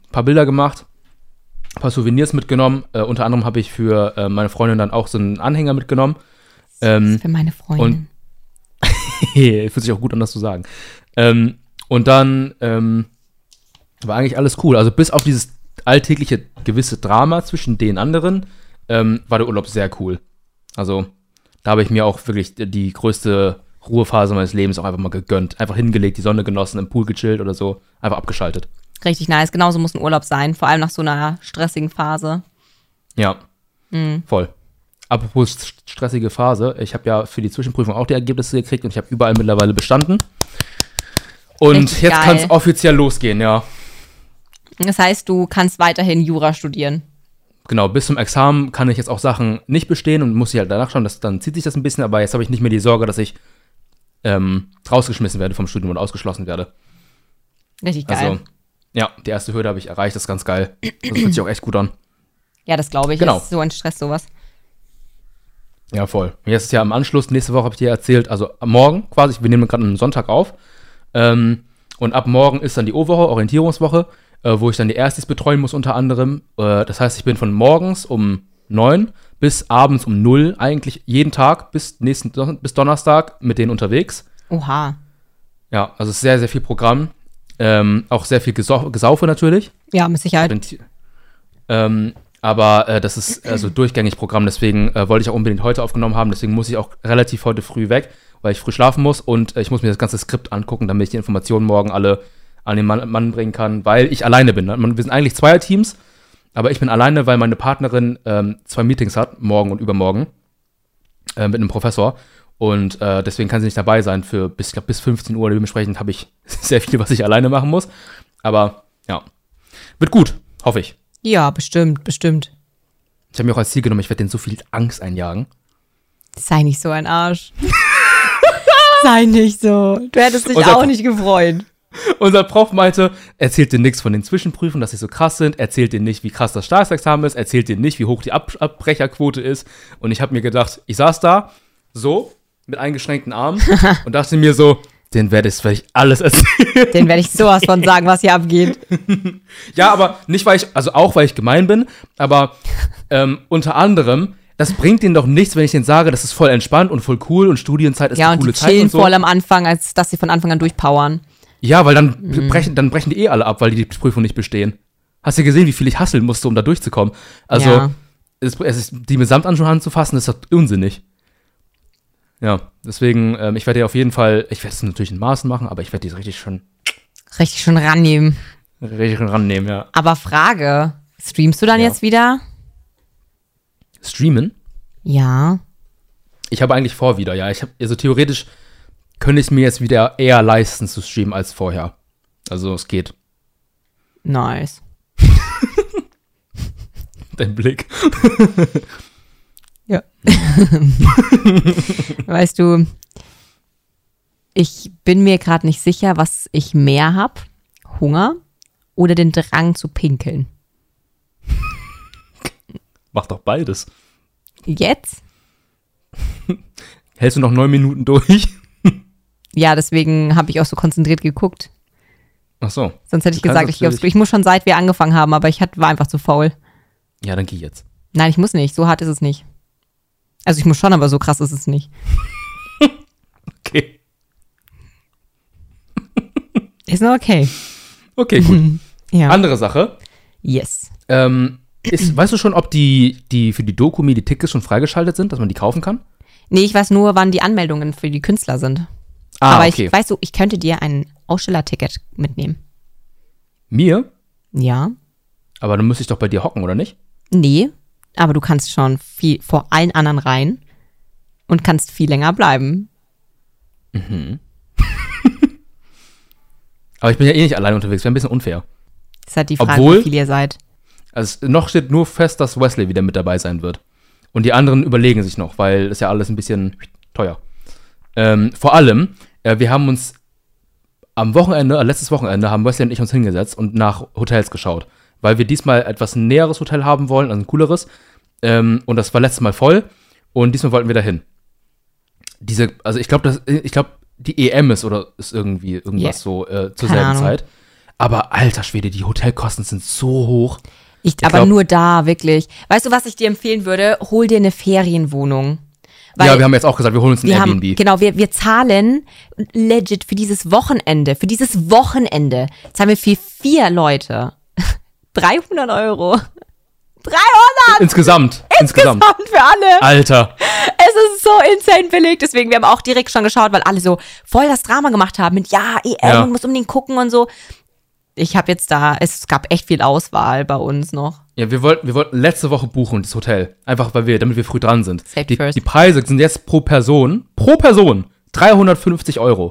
ein paar Bilder gemacht, ein paar Souvenirs mitgenommen. Äh, unter anderem habe ich für äh, meine Freundin dann auch so einen Anhänger mitgenommen. Ähm, Für meine Freundin. Fühlt sich auch gut an, das zu sagen. Ähm, und dann ähm, war eigentlich alles cool. Also bis auf dieses alltägliche gewisse Drama zwischen den anderen ähm, war der Urlaub sehr cool. Also da habe ich mir auch wirklich die größte Ruhephase meines Lebens auch einfach mal gegönnt. Einfach hingelegt, die Sonne genossen, im Pool gechillt oder so. Einfach abgeschaltet. Richtig nice. Genauso muss ein Urlaub sein. Vor allem nach so einer stressigen Phase. Ja, Mhm. voll. Apropos st- stressige Phase. Ich habe ja für die Zwischenprüfung auch die Ergebnisse gekriegt und ich habe überall mittlerweile bestanden. Und Richtig jetzt kann geil. es offiziell losgehen, ja. Das heißt, du kannst weiterhin Jura studieren. Genau, bis zum Examen kann ich jetzt auch Sachen nicht bestehen und muss ich halt danach schauen, das, dann zieht sich das ein bisschen, aber jetzt habe ich nicht mehr die Sorge, dass ich ähm, rausgeschmissen werde vom Studium und ausgeschlossen werde. Richtig geil. Also, ja, die erste Hürde habe ich erreicht, das ist ganz geil. Das fühlt sich auch echt gut an. ja, das glaube ich. Genau. Das ist so ein Stress, sowas. Ja, voll. Und jetzt ist ja im Anschluss, nächste Woche habe ich dir erzählt, also am Morgen quasi, wir nehmen gerade einen Sonntag auf. Ähm, und ab morgen ist dann die O-Woche, Orientierungswoche, äh, wo ich dann die Erstis betreuen muss unter anderem. Äh, das heißt, ich bin von morgens um neun bis abends um null eigentlich jeden Tag bis nächsten Don- bis Donnerstag mit denen unterwegs. Oha. Ja, also es ist sehr, sehr viel Programm. Ähm, auch sehr viel Gesau Gesaufe natürlich. Ja, mit Sicherheit. Bin ti- Ähm, aber äh, das ist also durchgängig Programm, deswegen äh, wollte ich auch unbedingt heute aufgenommen haben, deswegen muss ich auch relativ heute früh weg, weil ich früh schlafen muss und äh, ich muss mir das ganze Skript angucken, damit ich die Informationen morgen alle an den Mann, Mann bringen kann, weil ich alleine bin. Ne? Man- Wir sind eigentlich Zweierteams, aber ich bin alleine, weil meine Partnerin ähm, zwei Meetings hat, morgen und übermorgen, äh, mit einem Professor und äh, deswegen kann sie nicht dabei sein für bis, ich glaub, bis fünfzehn Uhr, dementsprechend habe ich sehr viel, was ich alleine machen muss, aber ja, wird gut, hoffe ich. Ja, bestimmt, bestimmt. Ich habe mir auch als Ziel genommen, ich werde denen so viel Angst einjagen. Sei nicht so ein Arsch. Sei nicht so. Du hättest dich Unser auch Pro- nicht gefreut. Unser Prof meinte, erzählt dir nichts von den Zwischenprüfen, dass sie so krass sind, erzählt dir nicht, wie krass das Staatsexamen ist, erzählt dir nicht, wie hoch die Ab Abbrecherquote ist. Und ich habe mir gedacht, ich saß da, so, mit eingeschränkten Armen und dachte mir so, den werde ich, werd ich alles erzählen. Den werde ich sowas von sagen, was hier abgeht. Ja, aber nicht, weil ich, also auch, weil ich gemein bin, aber ähm, unter anderem, das bringt denen doch nichts, wenn ich denen sage, das ist voll entspannt und voll cool und Studienzeit ist Ja, eine und coole die Zeit chillen und so. voll am Anfang, als dass sie von Anfang an durchpowern. Ja, weil dann, brechen, dann brechen die eh alle ab, weil die die Prüfung nicht bestehen. Hast du gesehen, wie viel ich hasseln musste, um da durchzukommen? Also, Ja. es, es ist, die mit Samthandschuhen anzufassen, ist doch unsinnig. Ja, deswegen, ähm, ich werde dir auf jeden Fall, ich werde es natürlich in Maßen machen, aber ich werde die richtig schon, Richtig schon rannehmen. richtig schon rannehmen, ja. Aber Frage, streamst du dann Ja. jetzt wieder? Streamen? Ja. Ich habe eigentlich vor wieder, ja. Ich habe, also theoretisch könnte ich es mir jetzt wieder eher leisten zu streamen als vorher. Also, es geht. Nice. Dein Blick. Ja. Weißt du, ich bin mir gerade nicht sicher, was ich mehr habe. Hunger oder den Drang zu pinkeln. Mach doch beides. Jetzt? Hältst du noch neun Minuten durch? Ja, deswegen habe ich auch so konzentriert geguckt. Ach so. Sonst hätte ich Du kannst gesagt, ich, glaub, natürlich- ich muss schon seit wir angefangen haben, aber ich hat, war einfach zu faul. Ja, dann geh jetzt. Nein, ich muss nicht. So hart ist es nicht. Also ich muss schon, aber so krass ist es nicht. Okay. Ist nur okay. Okay, gut. Ja. Andere Sache. Yes. Ähm, ist, weißt du schon, ob die, die für die Dokumi die Tickets schon freigeschaltet sind, dass man die kaufen kann? Nee, ich weiß nur, wann die Anmeldungen für die Künstler sind. Ah, aber okay. ich, weißt du, ich könnte dir ein Ausstellerticket mitnehmen. Mir? Ja. Aber dann müsste ich doch bei dir hocken, oder nicht? Nee, aber du kannst schon viel vor allen anderen rein und kannst viel länger bleiben. Aber ich bin ja eh nicht allein unterwegs, wäre ein bisschen unfair. Das ist halt die Frage, Obwohl- wie viel ihr seid. Also es, noch steht nur fest, dass Wesley wieder mit dabei sein wird. Und die anderen überlegen sich noch, weil ist ja alles ein bisschen teuer. Ähm, vor allem, äh, wir haben uns am Wochenende, äh, letztes Wochenende, haben Wesley und ich uns hingesetzt und nach Hotels geschaut. Weil wir diesmal etwas näheres Hotel haben wollen, also ein cooleres. Ähm, und das war letztes Mal voll. Und diesmal wollten wir dahin. Diese, also ich glaube, ich glaube, die E M ist oder ist irgendwie irgendwas Yeah. so äh, zur Keine selben Ahnung. Zeit. Aber alter Schwede, die Hotelkosten sind so hoch. Ich, Ich aber glaub- nur da, wirklich. Weißt du, was ich dir empfehlen würde? Hol dir eine Ferienwohnung. Weil ja, wir haben jetzt auch gesagt, wir holen uns ein wir haben, Airbnb. genau, wir, wir zahlen legit für dieses Wochenende, für dieses Wochenende zahlen wir für vier Leute dreihundert Euro. dreihundert Insgesamt. Insgesamt. Insgesamt für alle. Alter. Es ist so insane billig. Deswegen, wir haben auch direkt schon geschaut, weil alle so voll das Drama gemacht haben mit ja, E M Ja. und muss unbedingt gucken und so. Ich habe jetzt da, es gab echt viel Auswahl bei uns noch. Ja, wir wollten, wir wollten letzte Woche buchen, das Hotel. Einfach, weil wir, damit wir früh dran sind. Safety Die, first. die Preise sind jetzt pro Person, pro Person, dreihundertfünfzig Euro.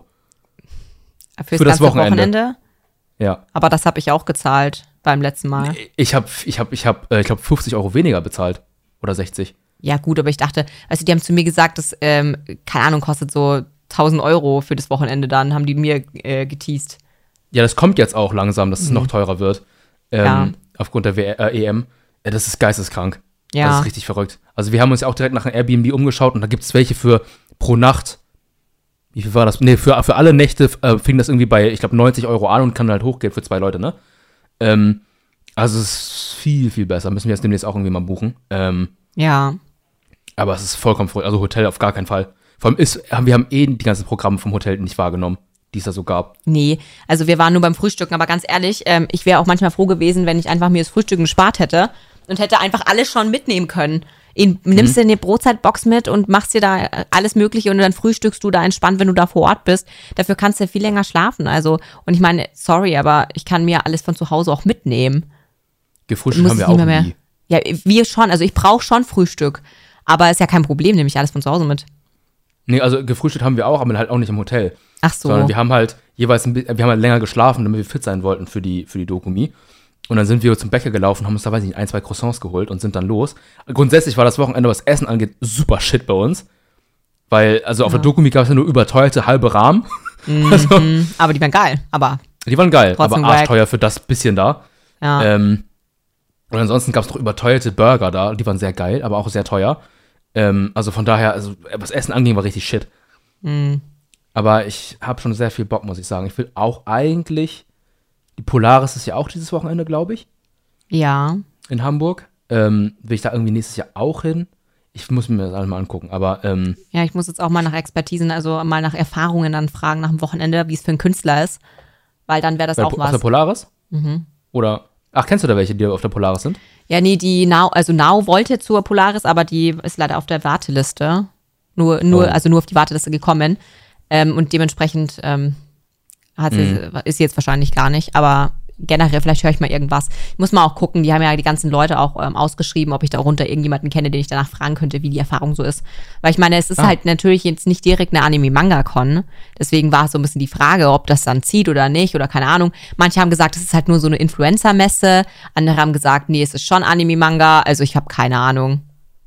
Fürs Für das ganze Wochenende. Ja. Aber das habe ich auch gezahlt beim letzten Mal. Ich habe, ich habe, ich habe, äh, ich glaube, fünfzig Euro weniger bezahlt. Oder sechzig. Ja gut, aber ich dachte, also die haben zu mir gesagt, das, ähm, keine Ahnung, kostet so tausend Euro für das Wochenende dann, haben die mir äh, geteased. Ja, das kommt jetzt auch langsam, dass es noch teurer wird. Ähm, Ja. Aufgrund der W- äh, E M. Ja, das ist geisteskrank. Ja. Das ist richtig verrückt. Also wir haben uns ja auch direkt nach einem Airbnb umgeschaut und da gibt es welche für pro Nacht. Wie viel war das? Nee, für, für alle Nächte äh, fing das irgendwie bei, ich glaube, neunzig Euro an und kann halt hochgehen für zwei Leute, ne? Ähm, also es ist viel, viel besser. Müssen wir jetzt demnächst auch irgendwie mal buchen. Ähm, Ja. aber es ist vollkommen verrückt. Also Hotel auf gar keinen Fall. Vor allem ist, wir haben eh die ganzen Programme vom Hotel nicht wahrgenommen, die es da so gab. Nee, also wir waren nur beim Frühstücken, aber ganz ehrlich, ähm, ich wäre auch manchmal froh gewesen, wenn ich einfach mir das Frühstücken gespart hätte und hätte einfach alles schon mitnehmen können. In, nimmst Mhm. dir eine Brotzeitbox mit und machst dir da äh, alles Mögliche und dann frühstückst du da entspannt, wenn du da vor Ort bist. Dafür kannst du viel länger schlafen. Also, und ich meine, sorry, aber ich kann mir alles von zu Hause auch mitnehmen. Gefrühstückt Muss haben ich wir nicht auch mehr nie. mehr. Ja, wir schon. Also ich brauche schon Frühstück. Aber ist ja kein Problem, nehme ich alles von zu Hause mit. Nee, also gefrühstückt haben wir auch, aber halt auch nicht im Hotel. Ach so. Sondern wir haben halt jeweils ein, bi- wir haben halt länger geschlafen, damit wir fit sein wollten für die, für die Dokumi. Und dann sind wir zum Bäcker gelaufen, haben uns da, weiß ich nicht, ein, zwei Croissants geholt und sind dann los. Grundsätzlich war das Wochenende, was Essen angeht, super shit bei uns. Weil, also auf der Dokumi gab es ja nur überteuerte halbe Rahmen. Also, Mhm. Aber die waren geil. Aber die waren geil, Trotzdem aber wack. arschteuer für das bisschen da. ja. Ähm, und ansonsten gab es noch überteuerte Burger da, die waren sehr geil, aber auch sehr teuer. Ähm, also von daher, also was Essen anging, war richtig shit. Mhm. Aber ich habe schon sehr viel Bock, muss ich sagen. Ich will auch eigentlich, die Polaris ist ja auch dieses Wochenende, glaube ich, Ja. in Hamburg. Ähm, will ich da irgendwie nächstes Jahr auch hin? Ich muss mir das alle mal angucken, aber ähm, Ja, ich muss jetzt auch mal nach Expertisen, also mal nach Erfahrungen dann fragen nach dem Wochenende, wie es für einen Künstler ist. Weil dann wäre das bei, auch auf der was. Polaris? Oder, ach, kennst du da welche, die auf der Polaris sind? Ja, nee, die Now, also Now wollte zur Polaris, aber die ist leider auf der Warteliste. Nur, nur, Oh. also nur auf die Warteliste gekommen. Ähm, und dementsprechend ähm, hat sie, Mhm. ist sie jetzt wahrscheinlich gar nicht. Aber generell, vielleicht höre ich mal irgendwas. Ich muss mal auch gucken, die haben ja die ganzen Leute auch ähm, ausgeschrieben, ob ich darunter irgendjemanden kenne, den ich danach fragen könnte, wie die Erfahrung so ist. Weil ich meine, es ist Ah. halt natürlich jetzt nicht direkt eine Anime-Manga-Con. Deswegen war es so ein bisschen die Frage, ob das dann zieht oder nicht oder keine Ahnung. Manche haben gesagt, es ist halt nur so eine Influencer-Messe. Andere haben gesagt, nee, es ist schon Anime-Manga. Also ich habe keine Ahnung.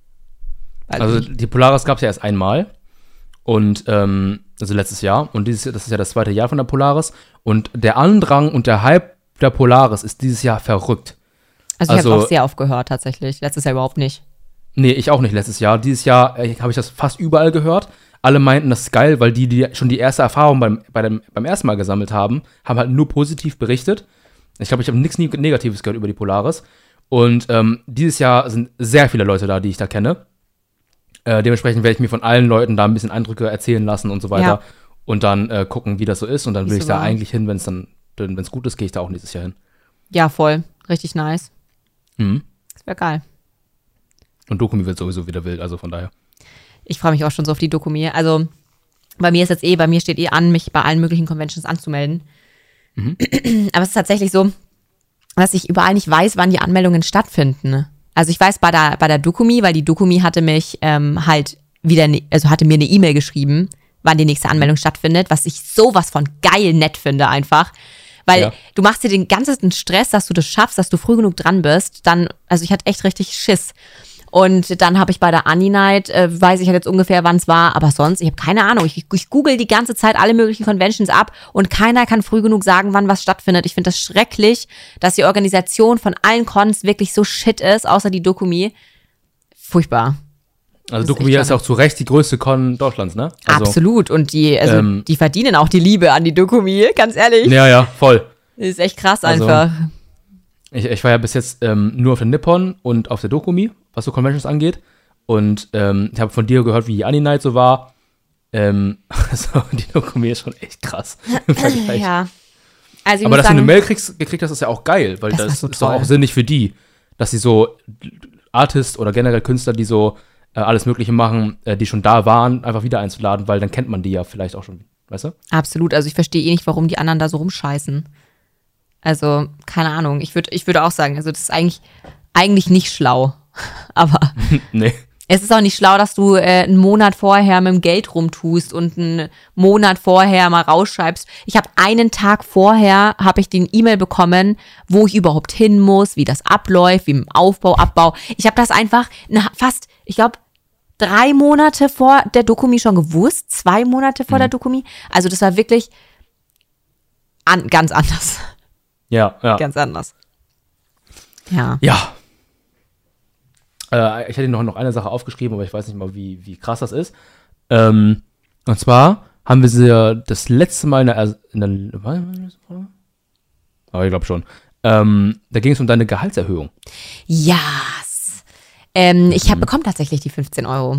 Weil Also ich- die Polaris gab es ja erst einmal. Und, ähm, also letztes Jahr. Und dieses Jahr, das ist ja das zweite Jahr von der Polaris. Und der Andrang und der Hype der Polaris ist dieses Jahr verrückt. also ich also- habe auch sehr oft gehört tatsächlich. Letztes Jahr überhaupt nicht. Nee, ich auch nicht letztes Jahr. Dieses Jahr äh, habe ich das fast überall gehört. Alle meinten, das ist geil, weil die, die schon die erste Erfahrung beim, bei dem, beim ersten Mal gesammelt haben, haben halt nur positiv berichtet. Ich glaube, ich habe nichts Negatives gehört über die Polaris. Und ähm, dieses Jahr sind sehr viele Leute da, die ich da kenne. Äh, dementsprechend werde ich mir von allen Leuten da ein bisschen Eindrücke erzählen lassen und so weiter. Ja. Und dann äh, gucken, wie das so ist. Und dann Wie will es ich so da war. eigentlich hin, wenn es dann, wenn es gut ist, gehe ich da auch nächstes Jahr hin. Ja, voll. Richtig nice. Mhm. Das wäre geil. Und Dokumi wird sowieso wieder wild, also von daher. Ich freue mich auch schon so auf die Dokumi. Also bei mir ist jetzt eh, bei mir steht eh an, mich bei allen möglichen Conventions anzumelden. Aber es ist tatsächlich so, dass ich überall nicht weiß, wann die Anmeldungen stattfinden. Also ich weiß bei der, bei der Dokumi, weil die Dokumi hatte mich ähm, halt wieder, ne, also hatte mir eine E-Mail geschrieben, wann die nächste Anmeldung stattfindet, was ich sowas von geil nett finde einfach. Weil Ja. du machst dir den ganzen Stress, dass du das schaffst, dass du früh genug dran bist. Dann, also ich hatte echt richtig Schiss. Und dann habe ich bei der Ani-Night, äh, weiß ich halt jetzt ungefähr, wann es war, aber sonst, ich habe keine Ahnung. Ich, ich google die ganze Zeit alle möglichen Conventions ab und keiner kann früh genug sagen, wann was stattfindet. Ich finde das schrecklich, dass die Organisation von allen Cons wirklich so shit ist, außer die Dokumi. Furchtbar. Also ist Dokumi echt ist ja auch zu Recht die größte Con Deutschlands, ne? Also, Absolut. Und die, also ähm, die verdienen auch die Liebe an die Dokumi, ganz ehrlich. Ja, ja, voll. Ist echt krass Also, einfach. Ich, ich war ja bis jetzt ähm, nur auf der Nippon und auf der Dokumi, was so Conventions angeht. Und ähm, ich habe von dir gehört, wie die Anime-Night so war. Ähm, also die Dokumi ist schon echt krass im Vergleich. Ja. Also ich Aber muss dass sagen, du eine Mail kriegst, gekriegt hast, ist ja auch geil, weil Das das, war so ist doch toll. auch sinnig für die, dass sie so Artists oder generell Künstler, die so äh, alles Mögliche machen, äh, die schon da waren, einfach wieder einzuladen, weil dann kennt man die ja vielleicht auch schon, weißt du? absolut. Also ich verstehe eh nicht, warum die anderen da so rumscheißen. Also, keine Ahnung. Ich würde ich würde auch sagen, also das ist eigentlich, eigentlich nicht schlau. Aber Nee. es ist auch nicht schlau, dass du äh, einen Monat vorher mit dem Geld rumtust und einen Monat vorher mal rausschreibst. Ich habe einen Tag vorher, habe ich den E-Mail bekommen, wo ich überhaupt hin muss, wie das abläuft, wie im Aufbau, Abbau. Ich habe das einfach na, fast, ich glaube, drei Monate vor der Dokumi schon gewusst. Zwei Monate vor Mhm. der Dokumi. Also das war wirklich an, ganz anders. Ja, ja. Ganz anders. Ja. Ja. Äh, ich hätte noch, noch eine Sache aufgeschrieben, aber ich weiß nicht mal, wie, wie krass das ist. Ähm, und zwar haben wir sie ja das letzte Mal in der, in der aber ich glaube schon. Ähm, da ging es um deine Gehaltserhöhung. Yes. Ähm, ich Mhm. habe bekommen tatsächlich die fünfzehn Euro.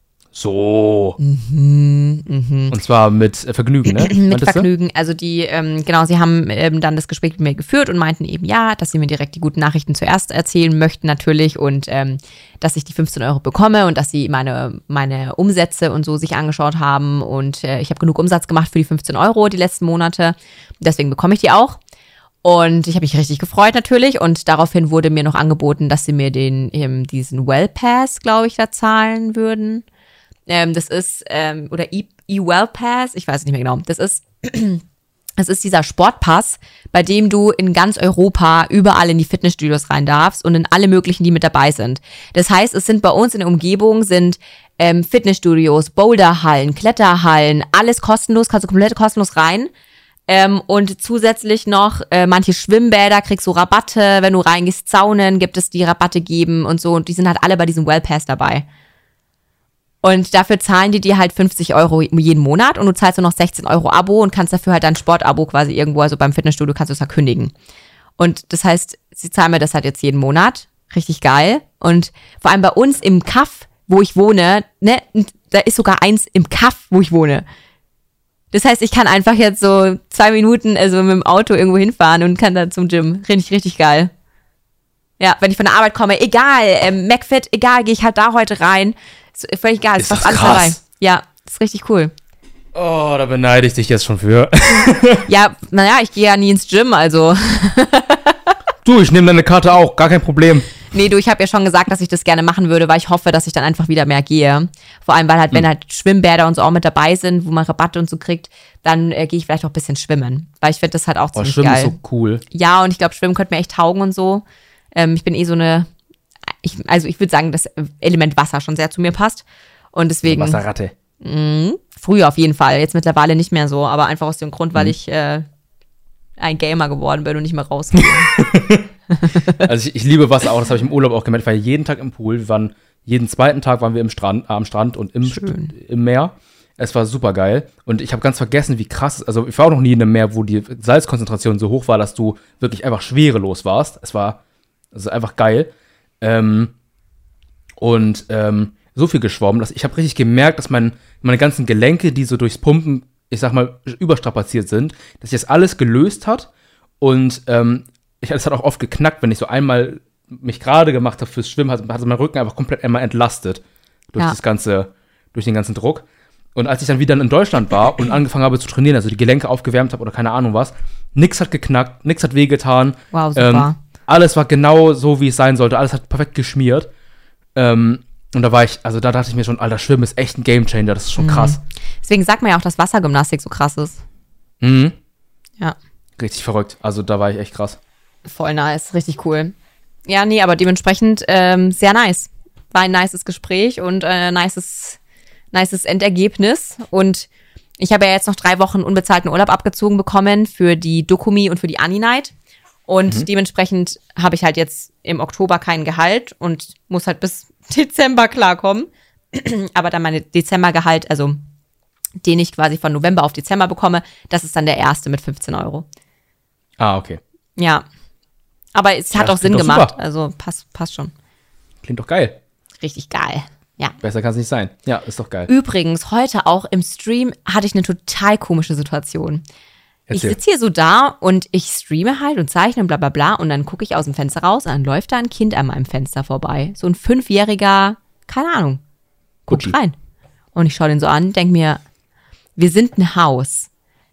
So. Mhm, mhm. Und zwar mit äh, Vergnügen, ne? Mit Meintest du? Vergnügen. Also die, ähm, genau, sie haben ähm, dann das Gespräch mit mir geführt und meinten eben ja, dass sie mir direkt die guten Nachrichten zuerst erzählen möchten natürlich und ähm, dass ich die fünfzehn Euro bekomme und dass sie meine, meine Umsätze und so sich angeschaut haben und äh, ich habe genug Umsatz gemacht für die fünfzehn Euro die letzten Monate. Deswegen bekomme ich die auch. Und ich habe mich richtig gefreut natürlich und daraufhin wurde mir noch angeboten, dass sie mir den eben diesen Well Pass, glaube ich, da zahlen würden. Ähm, das ist, ähm, oder E- E-Well Pass, ich weiß es nicht mehr genau. Das ist, das ist dieser Sportpass, bei dem du in ganz Europa überall in die Fitnessstudios rein darfst und in alle möglichen, die mit dabei sind. Das heißt, es sind bei uns in der Umgebung sind ähm, Fitnessstudios, Boulderhallen, Kletterhallen, alles kostenlos, kannst du komplett kostenlos rein. Ähm, und zusätzlich noch äh, manche Schwimmbäder kriegst du Rabatte, wenn du reingehst, Saunen gibt es die Rabatte geben und so und die sind halt alle bei diesem Well Pass dabei. Und dafür zahlen die dir halt fünfzig Euro jeden Monat und du zahlst nur noch sechzehn Euro Abo und kannst dafür halt dein Sportabo quasi irgendwo, also beim Fitnessstudio kannst du es ja kündigen. Und das heißt, sie zahlen mir das halt jetzt jeden Monat. Richtig geil. Und vor allem bei uns im Kaff, wo ich wohne, ne, da ist sogar eins im Kaff, wo ich wohne. Das heißt, ich kann einfach jetzt so zwei Minuten also mit dem Auto irgendwo hinfahren und kann dann zum Gym. Richtig, richtig geil. Ja, wenn ich von der Arbeit komme, egal, ähm, McFit, egal, gehe ich halt da heute rein. Ist völlig egal, ist Ist fast das alles krass. dabei. Ja, ist richtig cool. Oh, da beneide ich dich jetzt schon für. Ja, naja, ich gehe ja nie ins Gym, also. Du, ich nehme deine Karte auch, gar kein Problem. Nee, du, ich habe ja schon gesagt, dass ich das gerne machen würde, weil ich hoffe, dass ich dann einfach wieder mehr gehe. Vor allem, weil halt, wenn halt Schwimmbäder und so auch mit dabei sind, wo man Rabatte und so kriegt, dann äh, gehe ich vielleicht auch ein bisschen schwimmen. Weil ich finde das halt auch Oh, ziemlich Schwimmen geil. ist so cool. Ja, und ich glaube, Schwimmen könnte mir echt taugen und so. Ähm, ich bin eh so eine, ich, also ich würde sagen, dass Element Wasser schon sehr zu mir passt. Und deswegen, Wasserratte. mh, früher auf jeden Fall, jetzt mittlerweile nicht mehr so, aber einfach aus dem Grund, weil Mhm. ich äh, ein Gamer geworden bin und nicht mehr rausgehe. Also ich, ich liebe Wasser auch, das habe ich im Urlaub auch gemerkt. Ich war jeden Tag im Pool, wir waren, jeden zweiten Tag waren wir im Strand, äh, am Strand und im, Schön. St- im Meer. Es war super geil und ich habe ganz vergessen, wie krass es, also ich war auch noch nie in einem Meer, wo die Salzkonzentration so hoch war, dass du wirklich einfach schwerelos warst. Es war also einfach geil. Ähm, und ähm, so viel geschwommen, dass ich habe richtig gemerkt, dass mein, meine ganzen Gelenke, die so durchs Pumpen, ich sag mal, überstrapaziert sind, dass sich das alles gelöst hat und ähm, ich, es hat auch oft geknackt, wenn ich so einmal mich gerade gemacht habe fürs Schwimmen, hat, hat mein Rücken einfach komplett einmal entlastet durch Ja. das ganze, durch den ganzen Druck. Und als ich dann wieder in Deutschland war und angefangen habe zu trainieren, also die Gelenke aufgewärmt habe oder keine Ahnung was, nix hat geknackt, nix hat wehgetan. Wow, super. Ähm, alles war genau so, wie es sein sollte. Alles hat perfekt geschmiert. Ähm, und da war ich, also da dachte ich mir schon, Alter, Schwimmen ist echt ein Gamechanger, das ist schon krass. Deswegen sagt man ja auch, dass Wassergymnastik so krass ist. Mhm. Ja, Richtig verrückt. Also da war ich echt krass. voll nice, richtig cool. Ja, nee, aber dementsprechend ähm, sehr nice. War ein nices Gespräch und äh, nices, nices Endergebnis. Und ich habe ja jetzt noch drei Wochen unbezahlten Urlaub abgezogen bekommen für die Dokumi und für die Ani-Night. Und Mhm. dementsprechend habe ich halt jetzt im Oktober kein Gehalt und muss halt bis Dezember klarkommen. Aber dann meine Dezembergehalt, also den ich quasi von November auf Dezember bekomme, das ist dann der erste mit fünfzehn Euro. Ah, okay. Ja. Aber es hat Ja, auch Sinn klingt doch gemacht. super. Also passt, passt schon. Klingt doch geil. Richtig geil. Ja. Besser kann es nicht sein. Ja, ist doch geil. Übrigens, heute auch im Stream hatte ich eine total komische Situation. Ich Erzähl. sitze hier so da und ich streame halt und zeichne und bla bla bla und dann gucke ich aus dem Fenster raus und dann läuft da ein Kind an meinem Fenster vorbei. So ein Fünfjähriger, keine Ahnung, guckt Gucci. rein. Und ich schaue den so an, denke mir, wir sind ein Haus.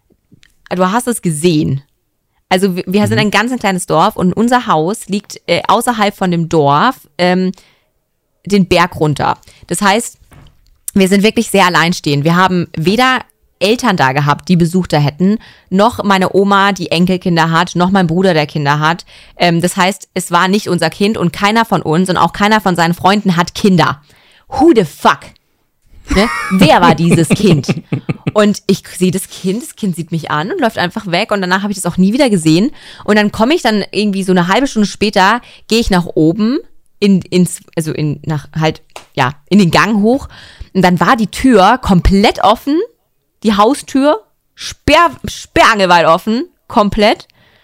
Du hast es gesehen. Also wir, wir sind ein ganz ein kleines Dorf und unser Haus liegt äh, außerhalb von dem Dorf ähm, den Berg runter. Das heißt, wir sind wirklich sehr alleinstehend. Wir haben weder Eltern da gehabt, die Besuch da hätten, noch meine Oma, die Enkelkinder hat, noch mein Bruder, der Kinder hat. Ähm, das heißt, es war nicht unser Kind und keiner von uns und auch keiner von seinen Freunden hat Kinder. Who the fuck? Ne? Wer war dieses Kind? Und ich sehe das Kind, das Kind sieht mich an und läuft einfach weg und danach habe ich das auch nie wieder gesehen. Und dann komme ich dann irgendwie so eine halbe Stunde später, gehe ich nach oben, in, ins, also in, nach halt, ja, in den Gang hoch und dann war die Tür komplett offen, die Haustür, sperr, sperrangelweit offen, komplett.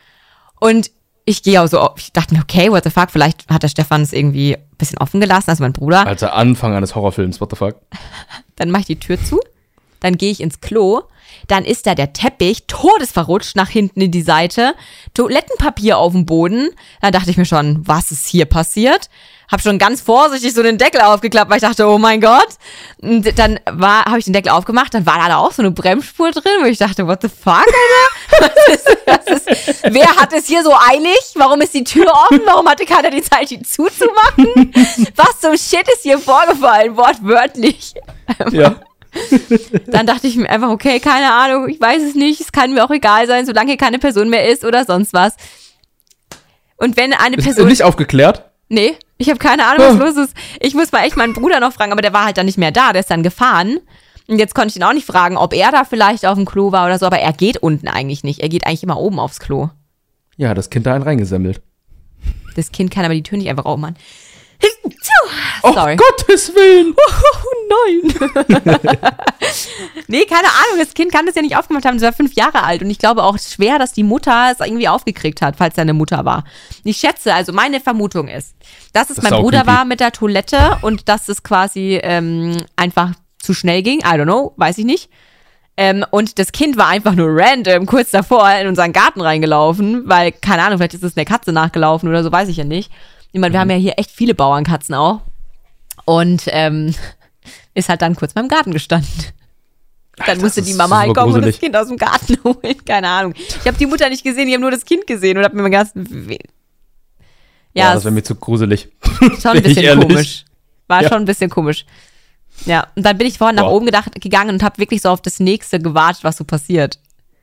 Und ich gehe auch so, ich dachte mir, okay, what the fuck, vielleicht hat der Stefan es irgendwie ein bisschen offen gelassen, also mein Bruder. Alter, Anfang eines Horrorfilms, what the fuck? Dann mache ich die Tür zu, dann gehe ich ins Klo, dann ist da der Teppich todesverrutscht nach hinten in die Seite, Toilettenpapier auf dem Boden. Dann dachte ich mir schon, was ist hier passiert? Hab schon ganz vorsichtig so den Deckel aufgeklappt, weil ich dachte, oh mein Gott. Und dann war, habe ich den Deckel aufgemacht, dann war da auch so eine Bremsspur drin, wo ich dachte, what the fuck, Alter? Was ist, was ist, wer hat es hier so eilig? Warum ist die Tür offen? Warum hatte keiner die Zeit, die zuzumachen? Was zum Shit ist hier vorgefallen, wortwörtlich? Ja. Dann dachte ich mir einfach, okay, keine Ahnung, ich weiß es nicht, es kann mir auch egal sein, solange hier keine Person mehr ist oder sonst was. Und wenn eine Ist Person... nicht aufgeklärt? Nee, ich habe keine Ahnung, was Oh. los ist. Ich muss mal echt meinen Bruder noch fragen, aber der war halt dann nicht mehr da, der ist dann gefahren. Und jetzt konnte ich ihn auch nicht fragen, ob er da vielleicht auf dem Klo war oder so, aber er geht unten eigentlich nicht. Er geht eigentlich immer oben aufs Klo. Ja, das Kind da einen reingesammelt. Das Kind kann aber die Tür nicht einfach aufmachen. Oh, Sorry. Gottes Willen! Oh nein. Nee, keine Ahnung, das Kind kann das ja nicht aufgemacht haben, es war fünf Jahre alt und ich glaube auch schwer, dass die Mutter es irgendwie aufgekriegt hat, falls seine Mutter war. Ich schätze, also meine Vermutung ist, dass es Das mein ist Bruder creepy. war mit der Toilette und dass es quasi ähm, einfach zu schnell ging, I don't know, weiß ich nicht. Ähm, und das Kind war einfach nur random kurz davor in unseren Garten reingelaufen, weil, keine Ahnung, vielleicht ist es eine Katze nachgelaufen oder so, weiß ich ja nicht. Ich meine, wir haben ja hier echt viele Bauernkatzen auch. Und ähm, ist halt dann kurz beim Garten gestanden. Dann Alter, musste das die ist Mama halt super kommen und das gruselig. Kind aus dem Garten holen. Keine Ahnung. Ich habe die Mutter nicht gesehen, ich habe nur das Kind gesehen und habe mir mal gedacht, we- Ja, ja, das wäre mir zu gruselig. ist schon ein bin ich bisschen ehrlich. komisch. War Ja. schon ein bisschen komisch. Ja, und dann bin ich vorhin nach Boah. oben gedacht, gegangen und habe wirklich so auf das Nächste gewartet, was so passiert.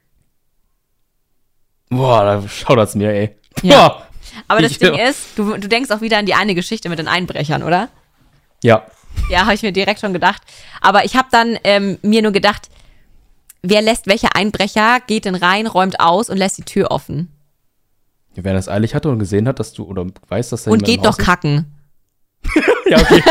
Boah, da schaudert's mir, ey. Ja. Boah. Aber das Ich- Ding ist, du, du denkst auch wieder an die eine Geschichte mit den Einbrechern, oder? Ja. Ja, habe ich mir direkt schon gedacht. Aber ich habe dann ähm, mir nur gedacht, wer lässt welcher Einbrecher, geht denn rein, räumt aus und lässt die Tür offen. Wer das eilig hatte und gesehen hat, dass du, oder weiß, dass da Und jemand geht im noch Haus ist. kacken. Ja, okay.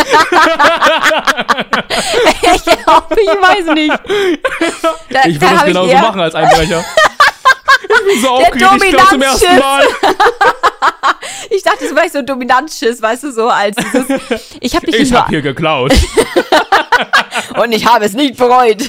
Ich glaube, ich weiß nicht. Da, Ich da würde das hab genauso eher- machen als Einbrecher. Ich bin so aufgeregt, ich glaube zum ersten Dominanzschiss. Mal. Ich dachte, das ist vielleicht so ein Dominanzschiss, weißt du, so als dieses, ich habe dich Ich nicht hab hier geklaut. nur, und ich habe es nicht bereut.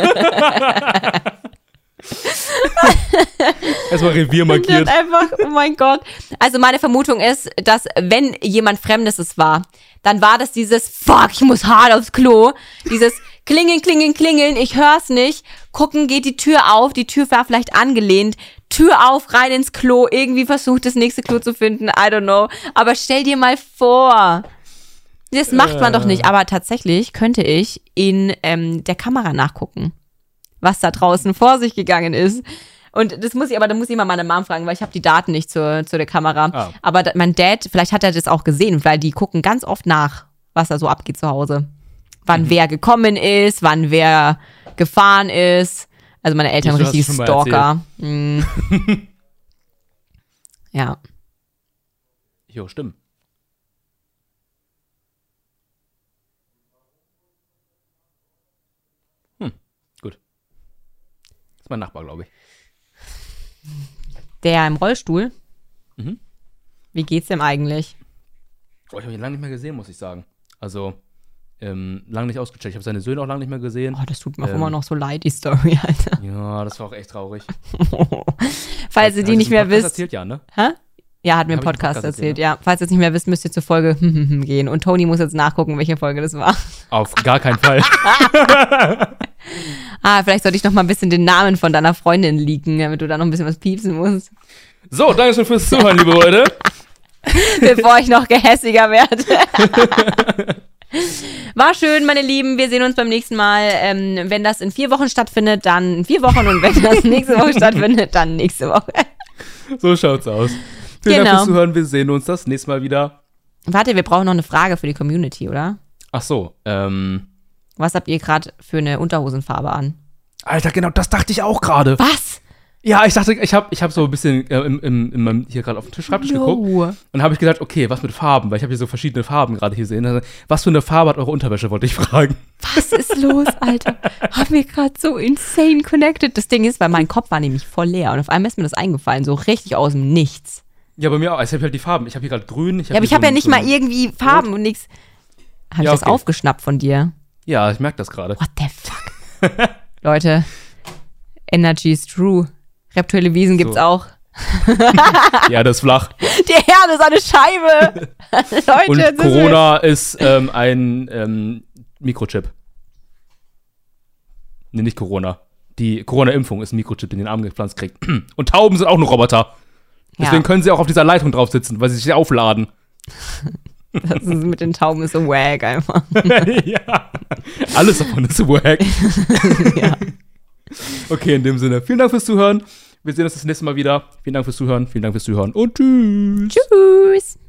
Erstmal Revier Und markiert. dann einfach, oh mein Gott. Also meine Vermutung ist, dass wenn jemand Fremdes es war, dann war das dieses, fuck, ich muss hart aufs Klo. Dieses klingeln, klingeln, klingeln, ich hör's nicht. Gucken, geht die Tür auf, die Tür war vielleicht angelehnt. Tür auf, rein ins Klo, irgendwie versucht, das nächste Klo zu finden, I don't know. Aber stell dir mal vor, das macht man doch nicht. Aber tatsächlich könnte ich in ähm, der Kamera nachgucken, was da draußen vor sich gegangen ist. Und das muss ich, aber da muss ich mal meine Mom fragen, weil ich habe die Daten nicht zur, zu der Kamera. Ah. Aber da, mein Dad, vielleicht hat er das auch gesehen, weil die gucken ganz oft nach, was da so abgeht zu Hause. Wann Mhm. wer gekommen ist, wann wer gefahren ist. Also meine Eltern Das hast du richtig schon mal Stalker. Mm. Ja. Jo, stimmt. Hm, gut. Das ist mein Nachbar, glaube ich. Der im Rollstuhl? Mhm. Wie geht's dem eigentlich? Oh, ich habe ihn lange nicht mehr gesehen, muss ich sagen. Also, ähm, lange nicht ausgecheckt. Ich habe seine Söhne auch lange nicht mehr gesehen. Oh, das tut mir auch Ähm. immer noch so leid, die Story, Alter. Ja, das war auch echt traurig. Falls ihr die Hast nicht du mehr im Podcast wisst. erzählt, ja, ne? Hä? Ja, hat mir im Hab ich im Podcast, Podcast erzählt, erzählt, ja. Falls ihr es nicht mehr wisst, müsst ihr zur Folge gehen. Und Toni muss jetzt nachgucken, welche Folge das war. Auf gar keinen Fall. Ah, vielleicht sollte ich noch mal ein bisschen den Namen von deiner Freundin leaken, damit du da noch ein bisschen was piepsen musst. So, danke schön fürs Zuhören, liebe Leute. Bevor ich noch gehässiger werde. War schön, meine Lieben. Wir sehen uns beim nächsten Mal. Ähm, wenn das in vier Wochen stattfindet, dann in vier Wochen. Und wenn das nächste Woche stattfindet, dann nächste Woche. So schaut's aus. Vielen Genau. Dank fürs Zuhören. Wir sehen uns das nächste Mal wieder. Warte, wir brauchen noch eine Frage für die Community, oder? Ach so, ähm. Was habt ihr gerade für eine Unterhosenfarbe an? Alter, genau, das dachte ich auch gerade. Was? Ja, ich dachte, ich habe ich hab so ein bisschen äh, im, im, in meinem, hier gerade auf dem Tisch, Schreibtisch geguckt. Und habe ich gedacht, okay, was mit Farben? Weil ich habe hier so verschiedene Farben gerade hier sehen. Also, was für eine Farbe hat eure Unterwäsche, wollte ich fragen. Was ist los, Alter? Haben wir gerade so insane connected. Das Ding ist, weil mein Kopf war nämlich voll leer. Und auf einmal ist mir das eingefallen, so richtig aus dem Nichts. Ja, bei mir auch. Ich habe halt die Farben. Ich habe hier gerade grün. Ich hab Ja, aber hier ich habe so ja ein- nicht so mal ein- irgendwie Farben und nichts. Habe Ja, ich das okay. aufgeschnappt von dir? Ja, ich merke das gerade. What the fuck? Leute, Energy is true. Reptuelle Wiesen gibt's So. auch. Ja, das ist flach. Der Herr ist eine Scheibe. Leute, Und jetzt ist Corona ist ähm, ein ähm, Mikrochip. Nee, nicht Corona. Die Corona-Impfung ist ein Mikrochip, den den Arm gepflanzt kriegt. Und Tauben sind auch nur Roboter. Deswegen Ja. können sie auch auf dieser Leitung drauf sitzen, weil sie sich aufladen. Das ist mit den Tauben ist so wack einfach. Ja. Alles davon ist wack. Ja. Okay, in dem Sinne. Vielen Dank fürs Zuhören. Wir sehen uns das nächste Mal wieder. Vielen Dank fürs Zuhören. Vielen Dank fürs Zuhören. Und tschüss. Tschüss.